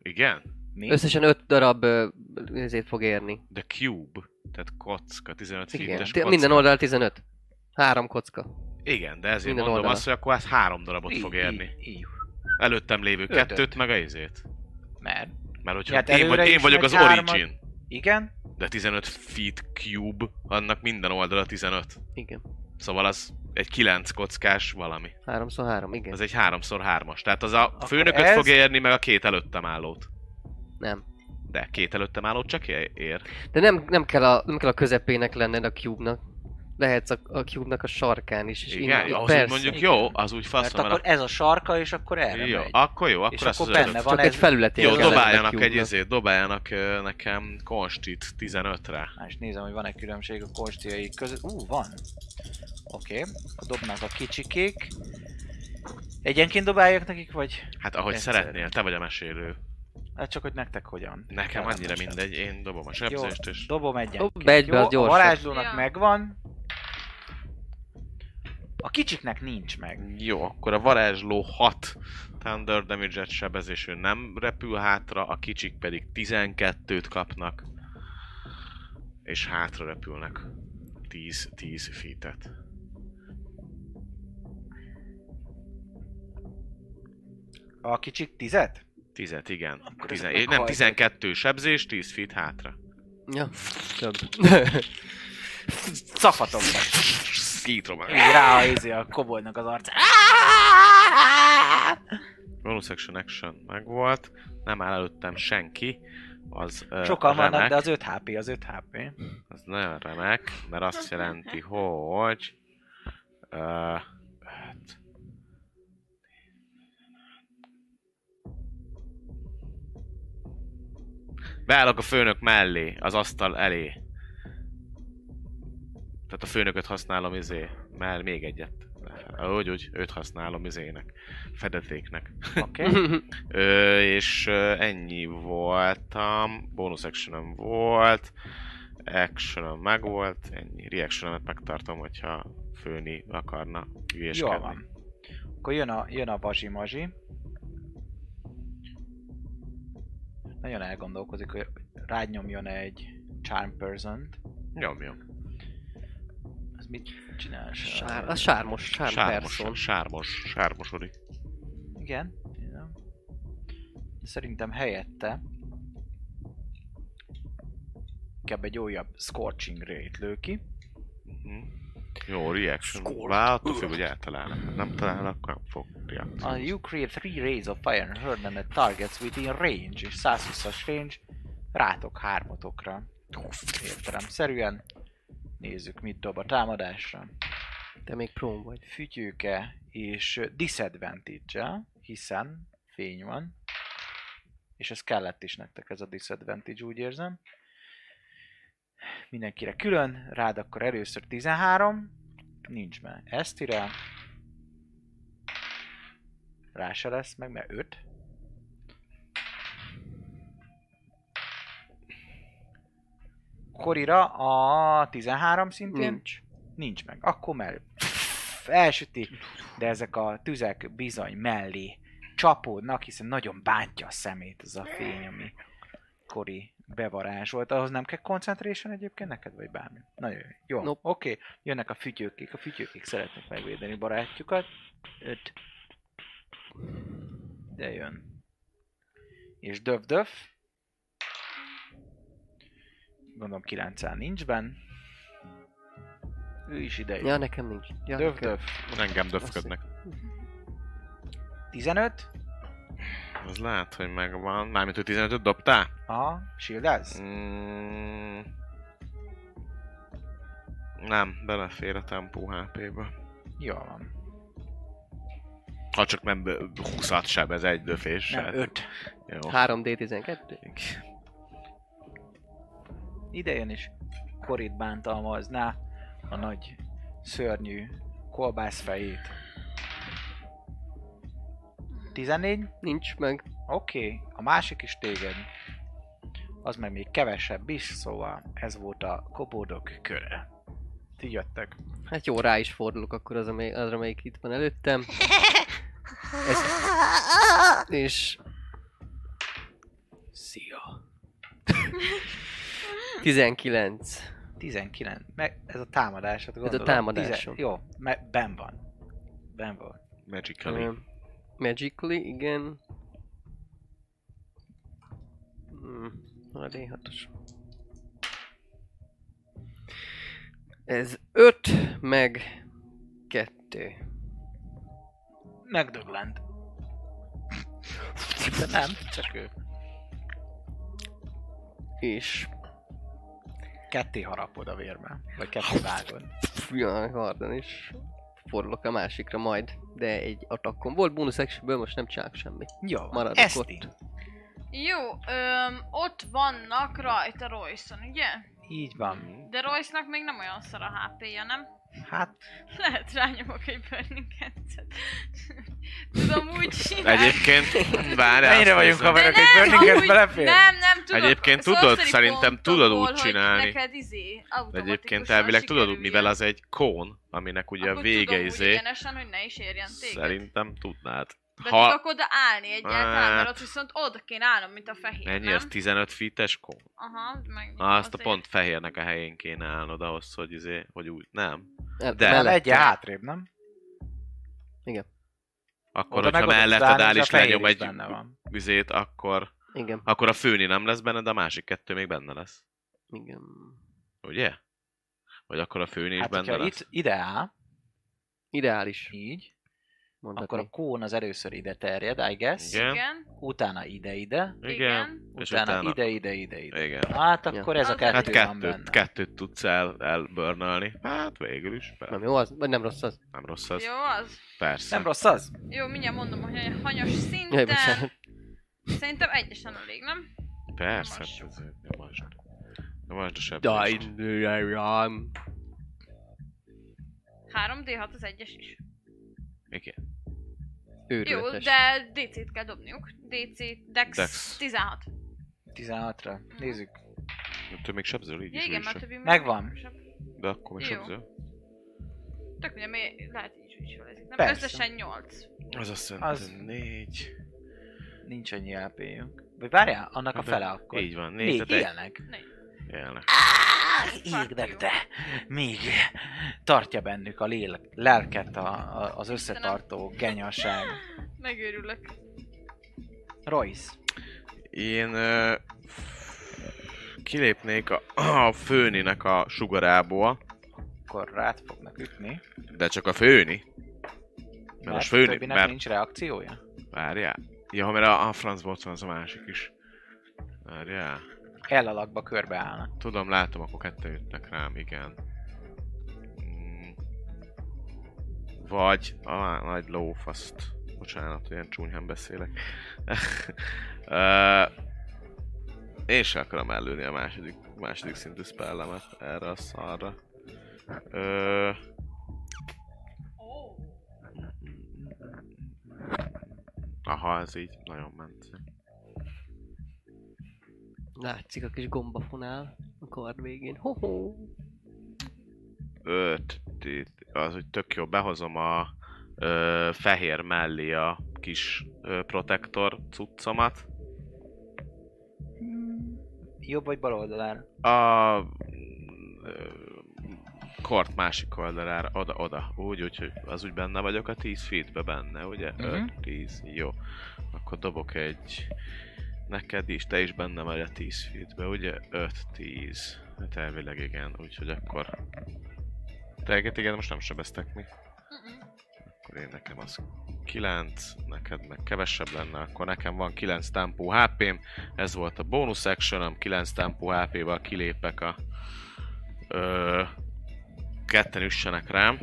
Igen? Mi? Összesen 5 darab ezért fog érni. De cube, tehát kocka, 15 Igen. feet-es kocka. Minden oldal 15. 3 kocka. Igen, de ezért Minden mondom oldala. azt, hogy akkor ez 3 darabot fog érni. Így. Előttem lévő Ötöt. 2-t, meg a izét. Mert? Mert hogyha Hát én, előre én is vagyok megy az origin, Igen? de 15 feet cube, annak minden oldala 15. Igen. Szóval az egy 9 kockás valami. 3x3, igen. Az egy 3x3-as. Tehát az a Akkor főnököt ez- fog érni, meg a 2 előttem állót. Nem. De 2 előttem állót csak ér. De nem kell a közepének lenned a cube-nak. Lehetsz a cube-nak a sarkán is. És Igen, innen- az úgy persze. mondjuk igen. jó, az úgy Mert faszom. akkor ez a sarka, és akkor erre Jó, megy. akkor jó, akkor És azt akkor az benne előtt. van Csak ez... egy felületén Jó, kell lenned a dobáljanak egy cube-nak. izét, dobáljanak nekem konstit 15-re. És nézem, hogy van-e különbség a konstiaik között. Van. Oké. Akkor dobnak a kicsikék. Egyenként dobáljak nekik, vagy? Hát ahogy Egyszer. szeretnél, te vagy a mesélő. Hát csak, hogy nektek hogyan. Nekem Kell annyira most. mindegy, én dobom a Jó, sebzést és... dobom egyenként. Dob be egybe, Jó, az a gyorsabb. varázslónak Ja. megvan. A kicsiknek nincs meg. Jó, akkor a varázsló 6 Thunder damage-et sebezésű nem repül hátra, a kicsik pedig 12-t kapnak. És hátra repülnek 10 feet-et. A kicsik 10-et? 10, igen. Akkor 10, ezek nem, meghajtják. 12 sebzés, 10 feet hátra. Ja, több. Szafatok be. Skítom Így rá a koboldnak az arcára. Bonus action megvolt. Nem áll előttem senki. Az Sokan remek. vannak, de az 5 HP, az 5 HP. Az nagyon remek, mert azt jelenti, hogy... Beállok a főnök mellé, az asztal elé. Tehát a főnököt használom még egyet. Úgy, őt használom fedetéknek. Oké. És ennyi voltam, bonus actionem volt, actionem megvolt, ennyi, reactionemet megtartom, hogyha főni akarna hülyéskedni. Jól van. Akkor jön a vazsi-mazsi. Nagyon elgondolkozik, hogy rád nyomjon egy Charm Person-t. Nyomjon. Az mit csinál? A sármos person. Sármosodik. Igen. Szerintem helyette inkább egy újabb Scorching Ray-t lő ki. Jó, reaction. Attól függ, hogy eltalálnak. Ha nem talál, akkor nem fog reaction. You create 3 rays of fire and hurt them at targets within range, és 120-as range rátok 3-otokra. Értelemszerűen. Nézzük, mit dob a támadásra. Te még prón vagy. Fütyőke és disadvantage-el, hiszen fény van. És ez kellett is nektek, ez a disadvantage, úgy érzem. Mindenkire külön, rád akkor először 13. Nincs meg. Esztire. Rá se lesz meg, mert 5. Korira a 13 szintén? Nincs meg. Akkor mellé elsüti, de ezek a tüzek bizony mellé csapódnak, hiszen nagyon bántja a szemét az a fény, ami Kori bevarázsolt. Ahhoz nem kell concentration egyébként neked, vagy bármi? Nagyon jó. Jó, Nope. oké. Jönnek a fütyőkék. A fütyőkék szeretnek megvédeni barátjukat. 5. De jön. És döv. Gondolom 9-el nincs benn. Ő is ide jön. Ja, nekem nincs. Ja, Döv. Engem döfködnek. 15. Az lehet, hogy megvan. Mármint, hogy 15-öt dobtál? Aha, shield-elsz? Nem, belefér a tempó HP-be. Jól van. Ha csak nem 20-at sebez egy döfés. Nem, 5. Jó. 3D12. Ide jön is Korit bántalmazná a nagy szörnyű kolbászfejét. 14? Nincs meg. Oké, a másik is téged. Az meg még kevesebb is, szóval ez volt a kobódok köre. Ti jöttek. Hát jó, rá is fordulok akkor azra, amelyik itt van előttem. És 19. 19. Meg ez a támadásod, gondolom. támadásom. Jó, benn van. Benn volt. Magically. Magically, igen. A D6-os. Ez 5 meg 2. Megdöglent. De nem, csak ő. És... Ketté harapod a vérbe. Vagy ketté vágod. Jaj, hardan is. Fordulok a másikra majd. De egy attackon volt, bonus actionből most nem csinálok semmit. Jó, Maradok Eszti. ott. Jó, ott vannak rajta Royce-on, ugye? Így van. De Royce-nak még nem olyan szar a HP-ja, nem? Hát, Lehet rányomok egy Burning Hands-et. Tudom úgy csinálni. Egyébként, várjál. mennyire vagyunk nézzem. haverok, De egy nem, Burning Hands amúgy belefér? nem tudok. Egyébként sorcery tudod, szerintem tudod úgy pontokból, csinálni. Hogy neked De automatikusan egyébként elvileg tudod, sikerüljen. mivel az egy kón, aminek ugye Akkor a vége tudom úgy izé, egyenesen, hogy ne is érjen téged. szerintem tudnád. De tudok oda állni egyáltalán, Hát- mert ott viszont oda kéne állnom, mint a fehér, Ennyi, nem? az 15 feet-es kón? Aha, meg Azt a pont fehérnek a helyén kéne állnod ahhoz, hogy izé, hogy úgy, nem? De. De egy hátrébb, nem? Akkor, Oda hogyha meg oda melletted tudsz állni, áll és és a fehér lenyom is egy benne van. üzét, akkor Igen. a főni nem lesz benne, de a másik kettő még benne lesz. Igen. Ugye? Vagy akkor a főni is Hát, benne hogyha lesz? itt ide áll, Ideális. így, Mondhatni. akkor a kón az először ide terjed, I guess. Igen. Igen. Utána ide-ide, Igen. És utána utána... ide-ide-ide-ide. Igen. Hát akkor ez a Az kettő Hát van benne. kettőt tudsz elburnölni. Hát végül is. Nem jó az? Vagy nem rossz az? Nem rossz az. Jó az. Persze. Nem rossz az? Jó, mindjárt mondom, hogy a hanyas Jaj, szinten. bocsánat. Szerintem egyesen elég, nem? Persze. Nyomassuk. Nyomasd. Nyomasd a sebzést. Dajn. 3D6 az egyes is. Igen. Jó, Őrületes. de DC-t kell dobniuk. DC, Dex, Dex. 16. 16-ra. Nézzük. Te még sebzöl így Ja, is, igen, úgy mert se. többi Megvan. még- De akkor még Jó. sebzöl. Tök ugye, lehet így is felezik. Nem, Persze. összesen 8. Az azt Az- szerintem 4. Nincs annyi LP-jünk. Vagy várjál, annak a fele akkor. Így van, 4. Még élnek. Élnek. Égnek, de még tartja bennük a lelket az összetartó genyaság. Megőrülök. Royce. Én kilépnék a főninek a sugarából, Akkor rád fognak ütni. de csak a főni. Mert Mert most a főni, többinek mert nincs reakciója? várjál. Ja, mert a francból ott van az a másik is. Várjál. Elalakba körbeállnak. Tudom, látom, akkor ketten ütnek rám, igen. Vagy a nagy lófaszt. Bocsánat, olyan csúnyán beszélek. Én sem akarom ellőni a második szintű spellemet erre a szarra. Aha, ez így nagyon ment. Látszik a kis gombafonál a kard végén. Ho-ho! 5, az úgy tök jó, behozom a fehér mellé a kis protektor cuccomat. Jobb vagy bal oldalára? A kort másik oldalára, oda. Úgy, hogy az úgy benne vagyok a 10 feetbe benne, ugye? Mhm. 5, 10, jó. Akkor dobok egy... Neked is, te is benne vagy a 10 feetbe, ugye? 5, 10. Hát elvileg igen, úgyhogy akkor... Téged igen, most nem sebeztek mi. Akkor én nekem az 9, neked meg kevesebb lenne, akkor nekem van 9 tempó HP-m. Ez volt a bonus actionom, 9 tempó HP-val kilépek a... ketten üssenek rám.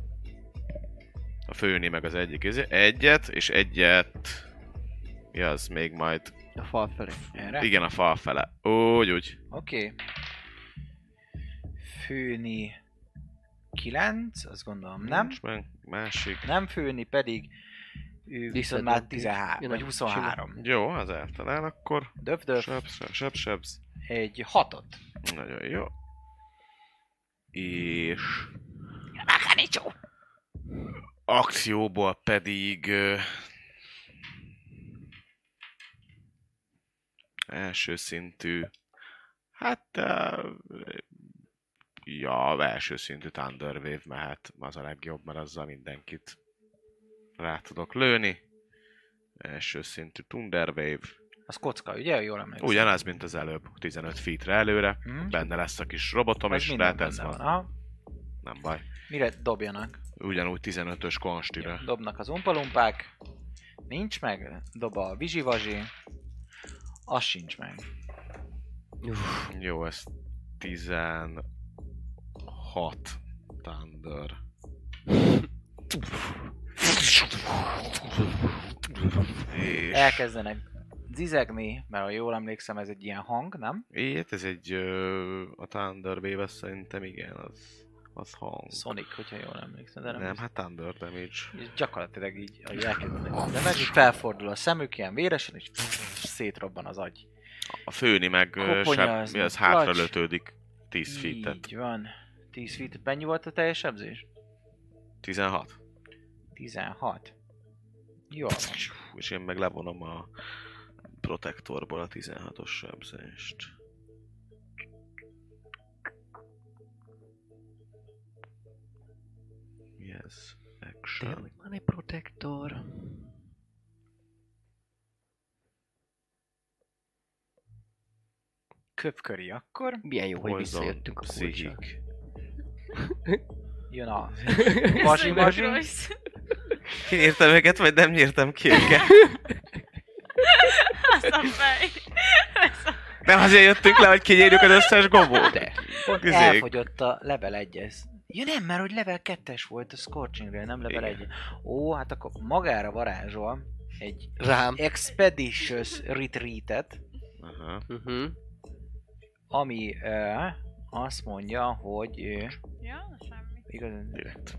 A főni meg az egyik egyet, és egyet... Mi az még majd... A fal felé. Erre? Igen, a fal fele. Úgy. Oké. Főni 9, azt gondolom nem. Nincs meg. Másik. Nem főni pedig ő viszont már 13, vagy 23. Jó, az eltalál akkor. Döf. Sebsz. Egy 6-ot. Nagyon jó. És... Akcióból pedig... első szintű Hát... ja, első szintű Thunder Wave mehet. Az a legjobb, mert azzal mindenkit rá tudok lőni. Első szintű Thunder Wave. Az kocka, ugye? Jól emlékszem. Ugyanaz, mint az előbb. 15 feetre előre. Benne lesz a kis robotom, Ez és minden lehet ez benne van. Aha. Nem baj. Mire dobjanak? Ugyanúgy 15-ös konstira. Dobnak az umpalumpák. Nincs meg. Dob a vizsivazsi. Az sincs meg. Jó, ez 16 Thunder. És... Elkezdenek zizegni, mert ha jól emlékszem, ez egy ilyen hang, nem? Ilyet, ez egy... a Thunder Wave, szerintem igen, az hang. Sonic, hogyha jól emlékszem, de Nem, hát Thunder Damage. És gyakorlatilag így, ahogy elkezdenek, de meg így felfordul a szemük ilyen véresen, és szétrobban az agy. A főni meg mi az hátra lötődik 10 feet-et. Így van. 10 feet. Mennyi volt a teljes sebzés? 16. 16. Jó van. És én meg levonom a protektorból a 16-os sebzést. Yes, action. Van egy protektor. Köpköri akkor. Milyen jó, hogy Poison, visszajöttünk a kulcsra. Psychic. Jön a mazsi-mazsi. Kinyírtam őket, vagy nem nyírtam ki őket? Az a fej. Nem azért jöttünk le, hogy kinyírjuk az összes gombót? De. Pont Izék. elfogyott a level 1-es. Ja nem, mert hogy level 2-es volt a Scorching Ray, nem level 1. Ó, hát akkor magára varázsol egy Rám. Expeditious Retreat-et, Aha. ami azt mondja, hogy Ja, semmi. igazán Direkt.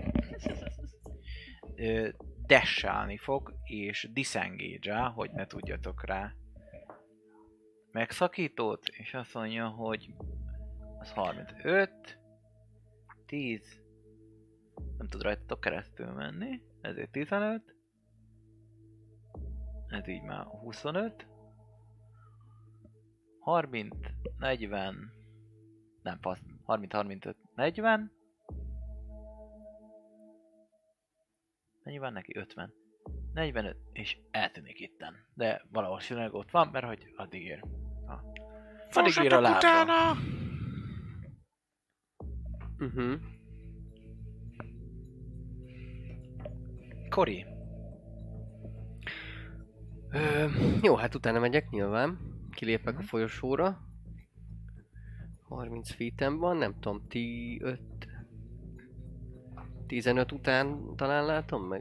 dash-álni fog, és disengage-el, hogy ne tudjatok rá megszakítót, és azt mondja, hogy az 35, 10, nem tud rajtatok keresztül menni, ezért 15, ez így már 25, 30, 40, nem fasz, 30, 35, 40, mennyi van neki? 50. 45, és eltűnik itten. De valószínűleg ott van, mert hogy addig ér. Addig ér a lábba. Kori, Jó, hát utána megyek nyilván. Kilépek a folyosóra. 30 feet-en van, nem tudom, 15 után talán látom meg.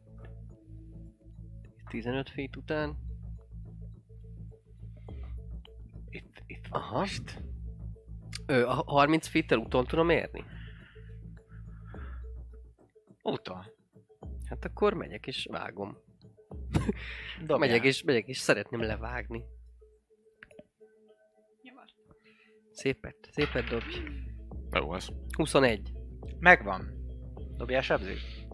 15 feet után. itt van Aha. most. A 30 feet-tel úton tudom érni? Úton. Hát akkor megyek és vágom. Dobjál. Megyek és szeretném levágni. Nyomar. Szépet dobj. Jó, az. 21. Megvan. Dobjál sebzést.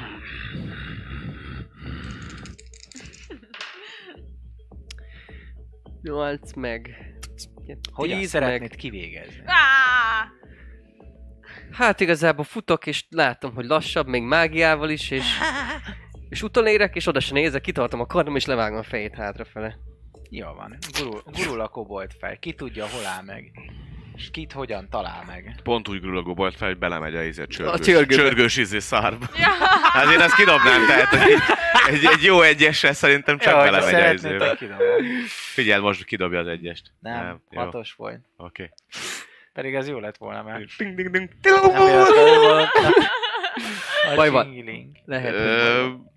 8 meg... Hogyan 10 szeretnéd meg... kivégezni? Áááá! Hát igazából futok, és látom, hogy lassabb, még mágiával is, és utolérek, és oda se nézek, kitartom a kardom, és levágom a fejét hátrafele. Jó van. Gurul a kobolt fej. Ki tudja, hol áll meg. És kit hogyan talál meg. Pont úgy grulogó volt fel, hogy belemegy a csörgőbe. csörgős szarba. Ja. Azért azt kidobnám, tehát egy jó egyesre szerintem csak belemegy a izébe. Figyeld, most kidobja az egyest. Nem, jó. 6-os volt. Oké. Pedig ez jó lett volna, mert Ding, ding, ding. nem véletlenül volt a Baj van. csingiling. Lehet, hogy baj van.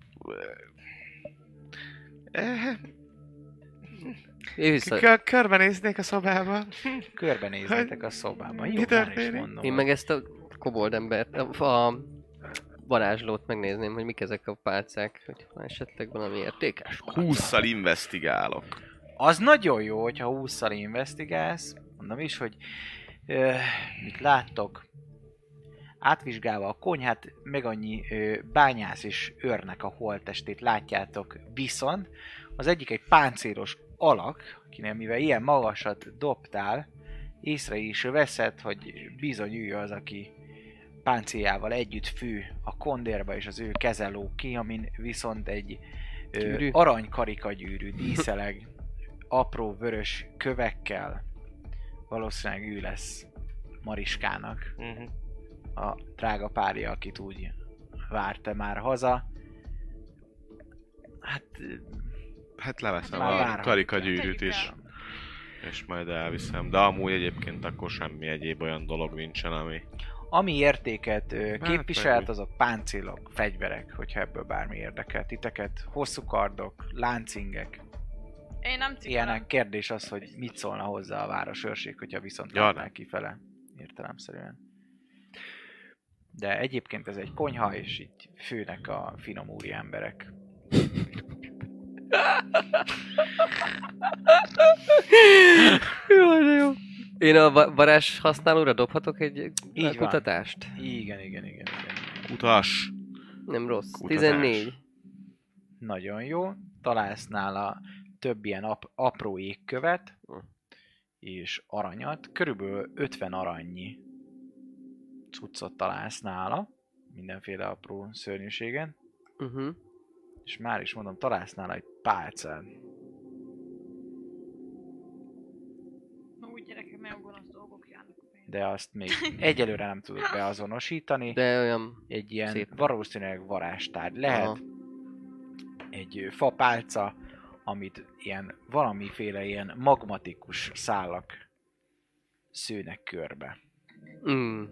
Én vissza... Körbenéznék a szobában. Körbenézzetek a szobában. Mi Jó, már is történik? mondom. Én meg ezt a kobold embert, a varázslót megnézném, hogy mik ezek a pálcák, hogy esetleg valami értékes. 20-szal investigálok. Az nagyon jó, hogyha 20-szal investigálsz. Mondom is, hogy mit láttok. Átvizsgálva a konyhát, meg annyi bányász és őrnek a holttestét látjátok, viszont az egyik egy páncélos alak, akinél mivel ilyen magasat dobtál, észre is veszed, hogy bizony ő az, aki páncéljával együtt fű a kondérba, és az ő keze lóg ki, amin viszont egy Gyűrű. aranykarikagyűrű díszeleg apró vörös kövekkel. Valószínűleg ő lesz Mariskának a drága párja, akit úgy várta már haza. Hát leveszem Már a várhatja. karikagyűrűt Tegyük is, el. és majd elviszem. De amúgy egyébként akkor semmi egyéb olyan dolog nincsen, ami... Ami értéket képviselt, meg- azok páncélok, fegyverek, hogyha ebből bármi érdekel titeket. Hosszú kardok, láncingek, Én nem cikolom. ilyenek. Kérdés az, hogy mit szólna hozzá a városőrség, hogyha viszont Ja, látnál kifele, értelemszerűen. De egyébként ez egy konyha, és itt főnek a finom úri emberek. Jó, de jó. Én a varázs használóra dobhatok egy Így van. kutatást? Igen. Utas! Nem rossz. Kutatás. 14. Nagyon jó. Találsz nála több ilyen apró égkövet, és aranyat. Körülbelül 50 arannyi cuccot találsz nála. Mindenféle apró szörnyűségen. És már is mondom, találsz nála egy pálcát. Úgy gyerekek, nagyon gonosz dolgok járnak a fejembe. De azt még egyelőre nem tudod beazonosítani. De olyan... Egy ilyen szép. valószínűleg varázstárgy lehet. Aha. Egy fapálca, amit ilyen valamiféle ilyen magmatikus szálak szőnek körbe. Mm.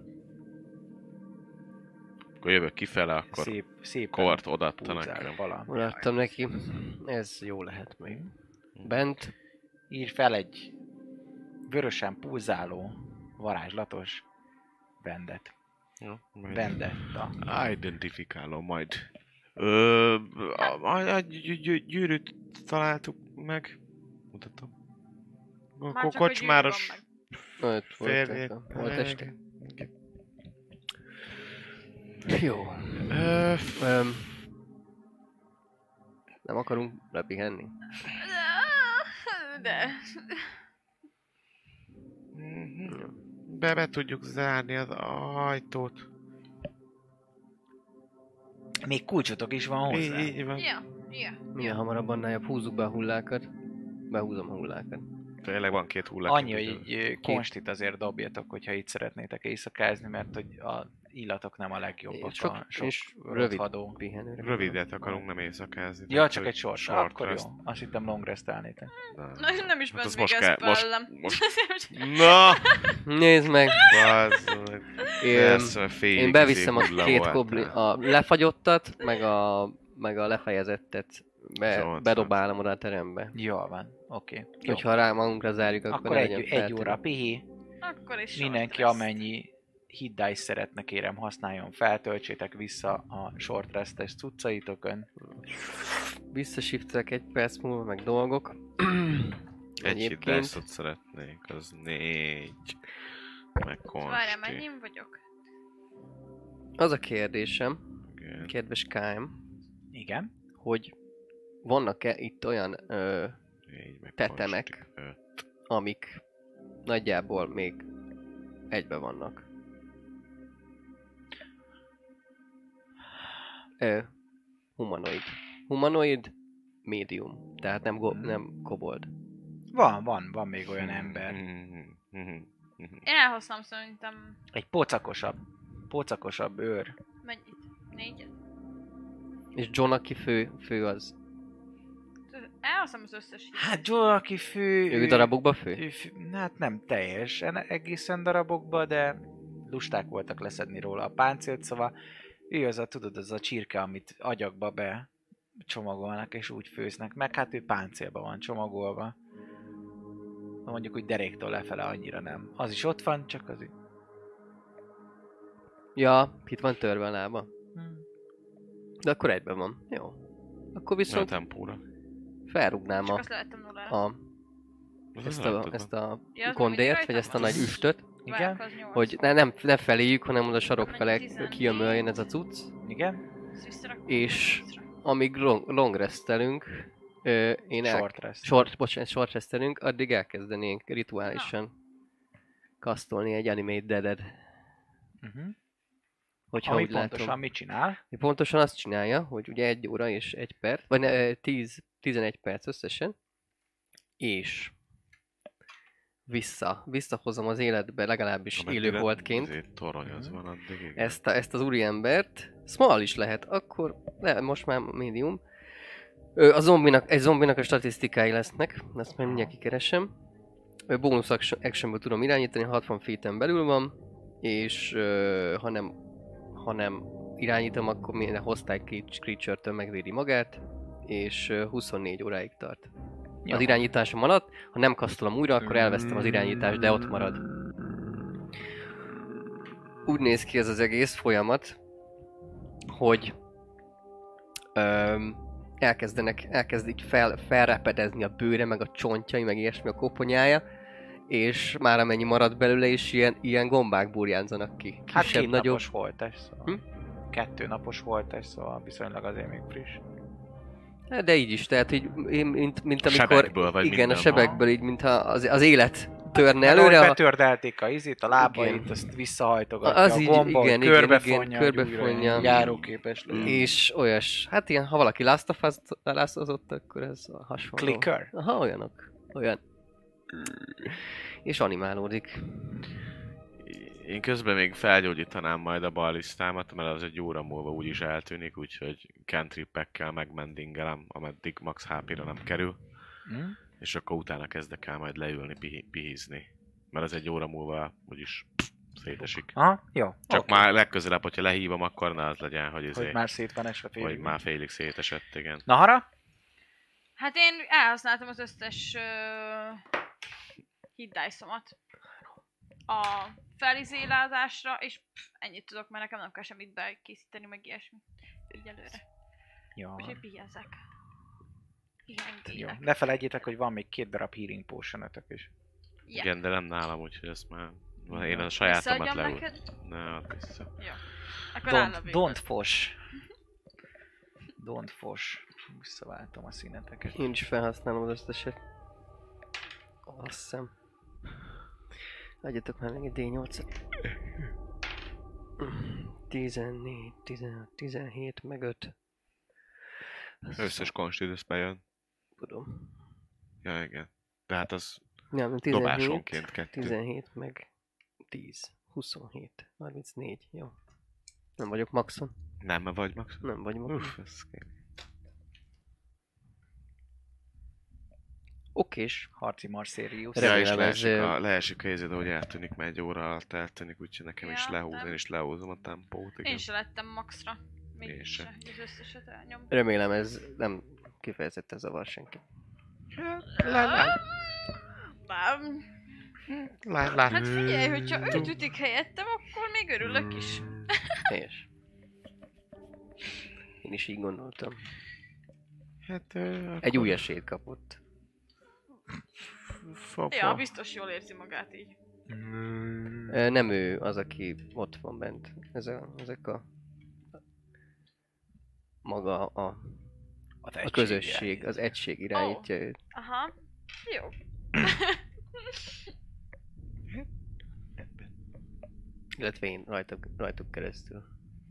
Akkor jövök kifele, akkor Szép kort odaadta pulzál nekem. valami. Odaadtam neki. Ez jó lehet még. Bent. Írj fel egy vörösen pulzáló, varázslatos vendet. Jó, majd Vendetta. identifikálom majd. A gyűrűt találtuk meg. Mutatom. Már A csak a kocsmáros gyűrű van Ott férjék. volt este. Jó. Ö, Nem akarunk lepihenni? De... Be tudjuk zárni az ajtót. Még kulcsotok is van hozzá. Így van. Ja. Milyen hamarabb annál jobb, húzzuk be a hullákat. Behúzom a hullákat. Tényleg van 2 hullák. Annyi, hogy egy konstit azért dobjatok, hogyha itt szeretnétek éjszakázni, mert hogy a illatok nem a legjobbak. És a rövid rothadó. pihenőre. Rövidet akarunk, nem éjszakázni. Ja, Tehát, csak hogy egy sors. short Akkor rest. jó. Azt hittem long restelnétek. Nem is Hát az ment még ez spellem. most... Na! Nézd meg! Bazd meg. Én beviszem a 2 goblin, a lefagyottat, meg a lefejezettet. Bedobálom oda a terembe. Jól van, oké. Jó. Hogyha rá magunkra zárjuk, akkor Akkor ne legyen egy óra pihi. Akkor is Mindenki short rest. amennyi hit dice szeretne, kérem használjon fel, töltsétek vissza a short restes cuccaitokon. Visszashiftek 1 perc múlva, meg dolgok. Egy hit Egyébként- dice-ot szeretnék, az 4. Meg konsti. Várjál, mennyi vagyok? Az a kérdésem, Igen. kedves Káim, Igen. hogy vannak-e itt olyan 4 meg tetemek, konsti. 5. amik nagyjából még egybe vannak? Humanoid. Humanoid, medium. Tehát nem kobold. Van még olyan ember. Én elhoztam szerintem Egy pocakosabb őr. mennyit? 4-et? És John, aki fő az. Elhoztam az összes hírt. Hát Joe, aki fő... Ő darabokba fő? Hát nem teljesen egészen darabokba, de lusták voltak leszedni róla a páncélt, szóval ő az a, tudod, az a csirke, amit agyagba be csomagolnak és úgy főznek meg, hát ő páncélba van csomagolva. Mondjuk úgy deréktől lefele annyira nem. Az is ott van, csak az így... Ja, itt van törve a lába. Hmm. De akkor egyben van. Jó. Akkor A viszont tempóra. felrúgnám Csak azt lehettem nullára. ezt a Ja, az kondért, mindig vagy ezt a rajta nagy üstöt, Igen? Várok, az 8. hogy ne feléjük, hanem oda sarok fele 14. kiömöljön ez a cucc, Igen? Ezt visszarakom, és- visszarakom. amíg long restelünk, én Short rest. short restelünk, addig elkezdenénk rituálisan kasztolni egy Animate Dead-et. Hogyha Ami úgy pontosan látom. mit csinál? Pontosan azt csinálja, hogy ugye 1 óra és 1 perc, vagy 11 perc összesen, és visszahozom az életbe, legalábbis élő holtként. Torony az van addig, igen. Ezt az úriembert, small is lehet, akkor most már medium. Egy zombinak a statisztikái lesznek, ezt majd mindjárt kikeresem. Bónusz actionből tudom irányítani, 60 feet-en belül van, és ha nem irányítom, akkor minden hostile creature-től megvédi magát, és 24 óráig tart. Jó. Az irányításom alatt, ha nem kasztolom újra, akkor elvesztem az irányítást, de ott marad. Úgy néz ki ez az egész folyamat, hogy elkezd így felrepedezni a bőre, meg a csontjai, meg ilyesmi a koponyája, és már amennyi marad belőle, és ilyen gombák burjánzanak ki. Hát Kisebb, 2 nagyobb. napos holttest, szóval. 2 napos holttest, szóval viszonylag azért még friss. De így is, tehát így, mint amikor... Sebekből, vagy igen, minden. a sebekből, így mintha az élet törne Előre, előre. betördelték a izét, a lábait, Igen. azt visszahajtogatja Az a így, gombot, igen, körbefonja, körbefonja. Járóképes lesz. És olyas, hát ilyen, ha valaki Last of Us-ozott, akkor ez a hasonló. Clicker? Aha, olyan. És animálódik. Én közben még felgyógyítanám majd a ballisztámat, mert az 1 óra múlva úgyis eltűnik, úgyhogy cantrip-ekkel megmendingelem, ameddig max HP-ra nem kerül. És akkor utána kezdek el majd leülni, pihizni. Mert az 1 óra múlva úgyis szétesik. Aha, jó. Csak oké. már legközelebb, hogyha lehívom, akkor ne az legyen, hogy Már szét van esve félig. hogy már félig szétesett, igen. Nahara? Hát én elhasználtam az összes hit dice-omat a felizélázásra, és ennyit tudok, mert nekem nem kell semmit bekészíteni, meg ilyesmi. Egyelőre. Jó. Úgyhogy pihezzek. Jó. Pihengélek. Ne felejtjétek, hogy van még 2 darab healing potion-ötök is. Yeah. Igen, de nem nálam, úgyhogy ezt már... Én a sajátomat Visszaadjam leül. neked? Ne, add vissza. Jó. Akkor áll a végül. Don't fos. Don't fos. Visszaváltom a színeteket. Én is felhasználom az összeset. Azt hiszem. Adjatok már még egy D8-et. 14, 16, 17, meg 5. Összes konstitűsz bejön. Tudom. Ja, igen. De hát az Nem, 17, dobásonként 2. 17, meg 10, 27, 34, jó. Nem vagyok maxon. Nem vagy max? Nem vagy maxon. Uff, ez kéne. Okés. Harci Marszérius. Remélem, Ja, és ez, leesik a helyzet, hogy eltűnik, mert 1 óra alatt eltűnik, úgyhogy nekem is Ja, lehúz, nem. én is lehúzom a tempót, igen. Én se lettem maxra. Még Én se. se. Hogy az összeset elnyom. Remélem ez nem kifejezetten zavar senki. Hát figyelj, hogyha őt ütik helyettem, akkor még örülök is. Helyes. Én is így gondoltam. Hát, Egy új esélyt kapott. Ja, biztos jól érzi magát így. Nem ő az, aki ott van bent. Ezek a... Maga a közösség, az egység irányítja őt. Aha. Jó. Illetve én rajtuk keresztül.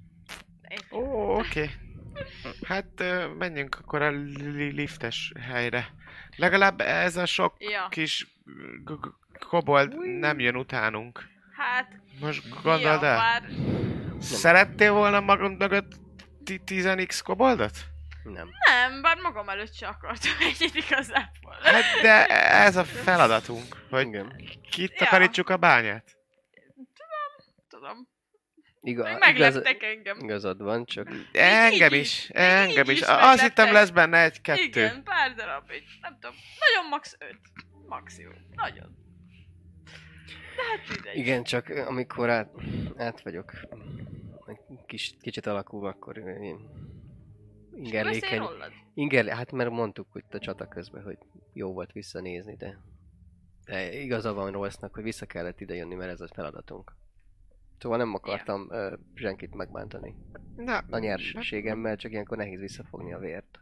Oké. Hát menjünk akkor a liftes helyre. Legalább ez a sok Ja. kis kobold nem jön utánunk. Hát, Most gondold ja, el? bár... Szerettél volna magad mögött 10x koboldot? Nem. Nem, bár magam előtt se akartam egyet igazából. Hát de ez a feladatunk, hogy Igen. kitakarítsuk a bányát. Tudom. Igaz, Megleptek engem. igazad van, csak Engem így is, is. engem Így is. is Azt megleptek. hittem lesz benne 1-2. Igen, pár darab, így, nem tudom. Nagyon max 5. Maximum. Nagyon. De hát mindegy. igen, csak amikor át vagyok kicsit alakulva, akkor én ingerlékeny. Hát mert mondtuk, hogy a csata közben, hogy jó volt visszanézni, de igaza van Royce-nak, hogy vissza kellett ide jönni, mert ez a feladatunk. Szóval nem akartam senkit megbántani. Na, A nyerségemmel, csak ilyenkor nehéz visszafogni a vért.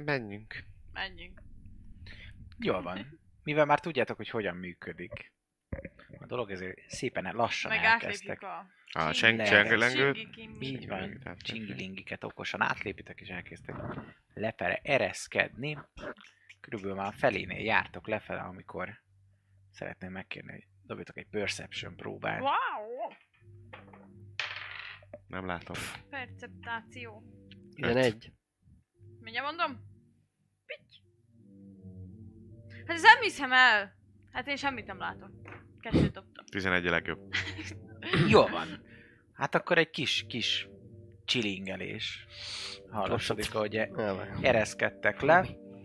menjünk. Menjünk. Jól van. Mivel már tudjátok, hogy hogyan működik A dolog ezért szépen lassan Meg elkezdtek. átlépjük A Csenggelengőt. csenggelengőt. Így van, csingilingiket okosan átlépitek, és elkezdtek lefele ereszkedni. Körülbelül már a felénél jártok lefele, amikor szeretném megkérni, hogy dobjatok egy Perception próbát. Wow! Nem látom. Perceptáció. 11. Mindjárt mondom? Pitty! Hát ez nem hiszem el! Hát én semmit nem látok. 2 dobtam. 11 a legjobb. Jól van. Hát akkor egy kis csilingelés. Hallatszik, hogy ereszkedtek le.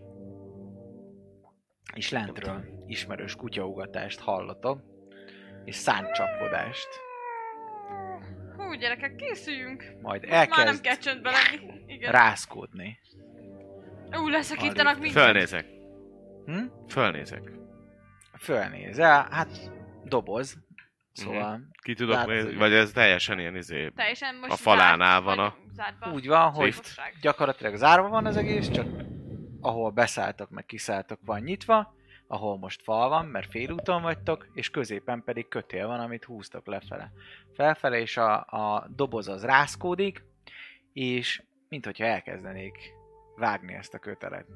És lentről ismerős kutyaugatást hallatok. És száncsapkodást. Hú, gyerekek, készüljünk! Majd Már nem elkezd kell csöndbe lenni. Igen. rászkódni. Leszakítanak mindent. Fölnézek. Fölnézek. Fölnézel, hát doboz. Szóval Ki tudok Tehát, nézni, hogy- vagy ez teljesen ilyen Teljesen most a falánál zárt, van a... vagy zártba. úgy van, hogy Fogság. gyakorlatilag zárva van az egész, csak ahol beszálltok, meg kiszálltok van nyitva, ahol most fal van, mert félúton vagytok, és középen pedig kötél van, amit húztok lefele. Felfele, és a doboz az rászkódik, és minthogyha elkezdenék vágni ezt a kötelet.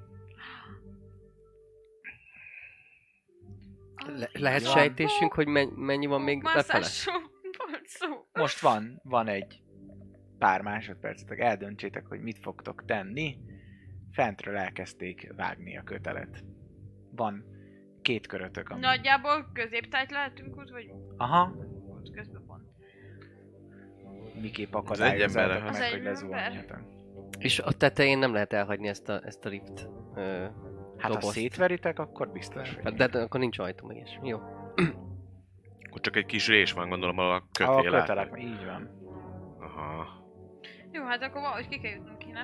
Lehet Van. sejtésünk, hogy mennyi van még lefele? Mászásról volt szó. Most van egy pár másodpercetek, eldöntsétek, hogy mit fogtok tenni. Fentről elkezdték vágni a kötelet. Van 2 körötök, ami... Nagyjából középtájt lehetünk út, vagy Aha, út közben pont. miképp emberre. akadályozzátok Az meg, egy hogy ember. lezuhanjatok. És a tetején nem lehet elhagyni ezt a lift Hát ha dobozt. szétveritek, akkor biztos, hogy... De akkor nincs ajtó meg is. Jó. Akkor csak egy kis rés van, gondolom, a A kötél át. kötelek, így van. Aha. Jó, hát akkor valahogy ki kell jutnunk ki, nem?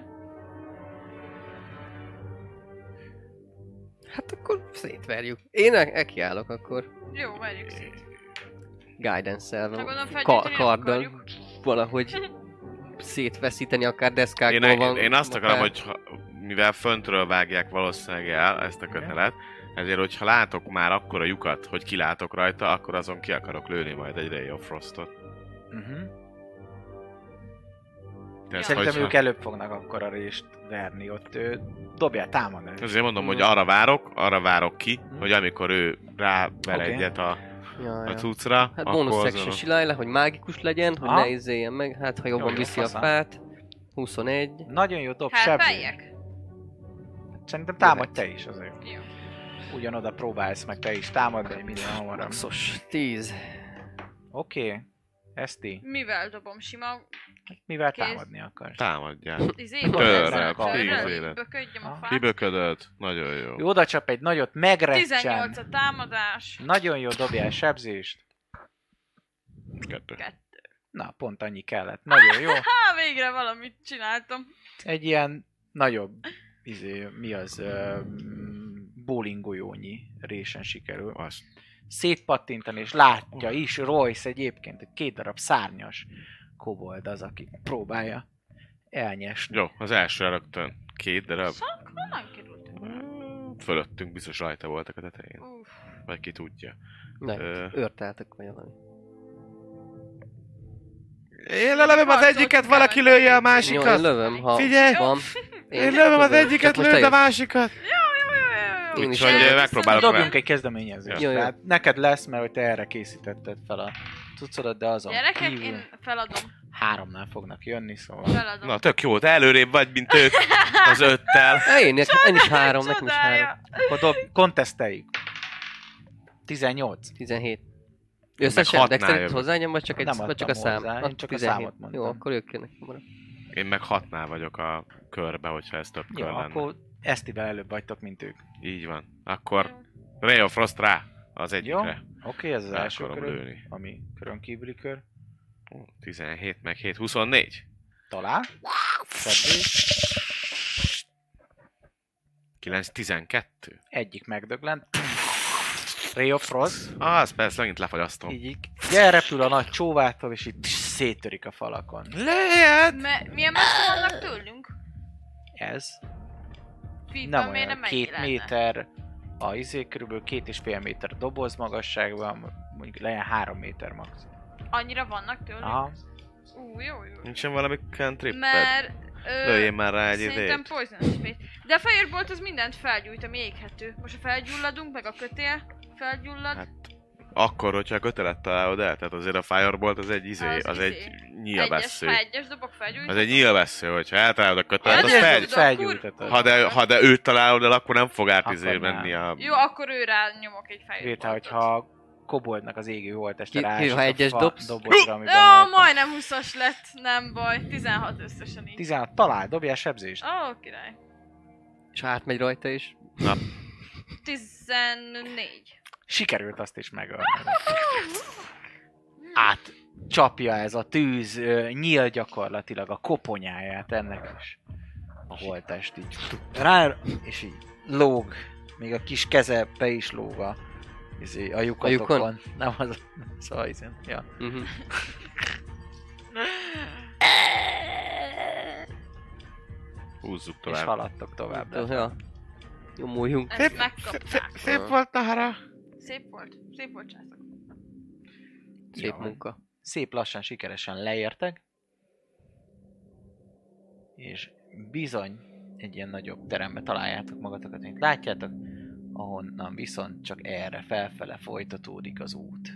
Hát akkor szétverjük. Én nekiállok akkor. Jó, verjük szét. Guidance-szel, Na, gondolom, felgyújtani nem karddal akarjuk. valahogy szétveszíteni, akár deszkákból van. Én azt akarom, akár- hogy mivel föntről vágják valószínűleg el ezt a kötelet, ezért, hogyha látok már akkora lyukat, hogy kilátok rajta, akkor azon ki akarok lőni majd egy Ray of Frostot. De ezt, Szerintem hogyha- ők előbb fognak akkor a rést verni, ott dobjál támadást. Ezért mondom, hogy arra várok ki, Mhm. hogy amikor ő ráver Oké. egyet a Ja. cuccra, Hát akkor bonus azon- section silaj le, hogy mágikus legyen, hogy Aha. ne izéljen meg, hát ha jobban Jó, viszi a faszán. fát. 21. Nagyon jó, dob sebzés. Helpeljek? Szerintem támadj te is azért. Jó. Ugyanoda próbálsz meg te is támadni, hogy minél hamarabb. Maxos. 10. Oké. Eszti, Mivel dobom? Sima mivel Kész. támadni akarsz? támadjál. Körrel, tízére. Böködjem a fát. Kiböködöd, nagyon jó. Jó, oda csap egy nagyot, megrecsen. 18 a támadás. Nagyon jó, dobjál sebzést. 2. Na, pont annyi kellett. Nagyon jó. Végre valamit csináltam. Egy ilyen nagyobb, mi az, bowlinggolyónyi résen sikerül. Azt. Szétpattintani, és látja is Royce egyébként, hogy 2 darab szárnyas kobold az, aki próbálja elnyesni. Jó, az első rögtön 2 darab. Honnan került? Fölöttünk biztos rajta voltak a tetején. Uff. Vagy ki tudja. Nem, Ö. őrteltek vagy valami. Én lelövöm az egyiket, valaki lője a Jó, én másikat! lövöm, ha Figyelj! van. Én lövöm az egyiket, Csak most lőd a te másikat! Jó. Én is Úgyhogy lövök. megpróbálok Dobjunk rá. egy kezdeményezést. Jó, jó. Tehát neked lesz, mert hogy te erre készítetted fel a cuccodat, de azon Gyerekek, kívül én feladom. 3-nál fognak jönni, szóval... Feladom. Na, tök jó, te előrébb vagy, mint ők az 5-tel. Én is 3, nekem is 3. Csodája. Akkor konteszteljük. 18. 17. Meg Összesen hatnál dexterity jövök. hozzányom, vagy csak, Nem vagy csak adtam a szám? hozzá, én Akkor csak a 17. számot mondtam. Jó, akkor ők jönnek hamarabb. Én meg 6-nál vagyok a körbe, hogyha ez több Jó, kör lenne. akkor Esztivel előbb vagytok, mint ők. Így van. Akkor Ray of Frost rá az Jó? egyikre. Oké, ez az Meg első akarom köröd, lőni. ami körön kívüli kör. 17 meg 7, 24. Talál. Sebzés. 9, 12. Egyik megdöglent. Ray of Frost. Az persze, megint lefagyasztom. Így elrepül a nagy csóvától, és itt széttörik a falakon. Lehet! Milyen messze vannak tőlünk? Ez Feetben nem miért olyan nem 2 mennyi lenne? méter, a körülbelül 2,5 méter doboz magasságban, mondjuk legyen 3 méter max. Annyira vannak tőle? Aha. Jó. Nincsen valami cantrip? Mert... Lőjén már rá egy szerintem idét. poisonous spray. De a Firebolt az mindent felgyújt, ami éghető. Most ha felgyulladunk, meg a kötél felgyullad. Hát, akkor, hogyha a kötelet találod el, tehát azért a Firebolt az egy az egy nyílvessző. Egyes dobok felgyújt. Az egy nyílvessző, hogyha eltalálod a kötelet, az Egyes felgyújtatod. ha de őt találod el, akkor nem fog Akkor menni a... Jó, akkor őrá nyomok egy Firebolt. Érte, hogyha koboldnak az égő holteste Ha ráesik egyes a dobsz? dobozra, amiben Jó, rajta. majdnem 20-as lett, nem baj. 16 összesen így. 16, talál, dobjál sebzést. Ó, király. És átmegy rajta is. 14. Sikerült azt is megölni. Átcsapja ez a tűz, nyíl gyakorlatilag a koponyáját ennek is. A holttest így rá, és így lóg. Még a kis keze be is lóg a lyukatokon. Nem az, szóval hiszen, ja. Húzzuk És tovább. haladtok tovább. Ja. Nyomuljunk. Ezt megkapták. Szép volt, Nahara. Szép volt császak. Szép Jó. munka. Szép lassan, sikeresen leértek. És bizony egy ilyen nagyobb terembe találjátok magatokat, mint látjátok, ahonnan viszont csak erre felfele folytatódik az út.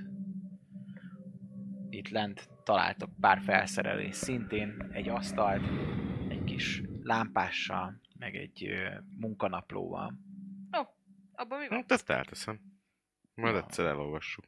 Itt lent találtok pár felszerelés, szintén egy asztalt, egy kis lámpással, meg egy munkanaplóval. Abban mi van? Hát ezt elteszem. Majd Ja. egyszer elolvassuk.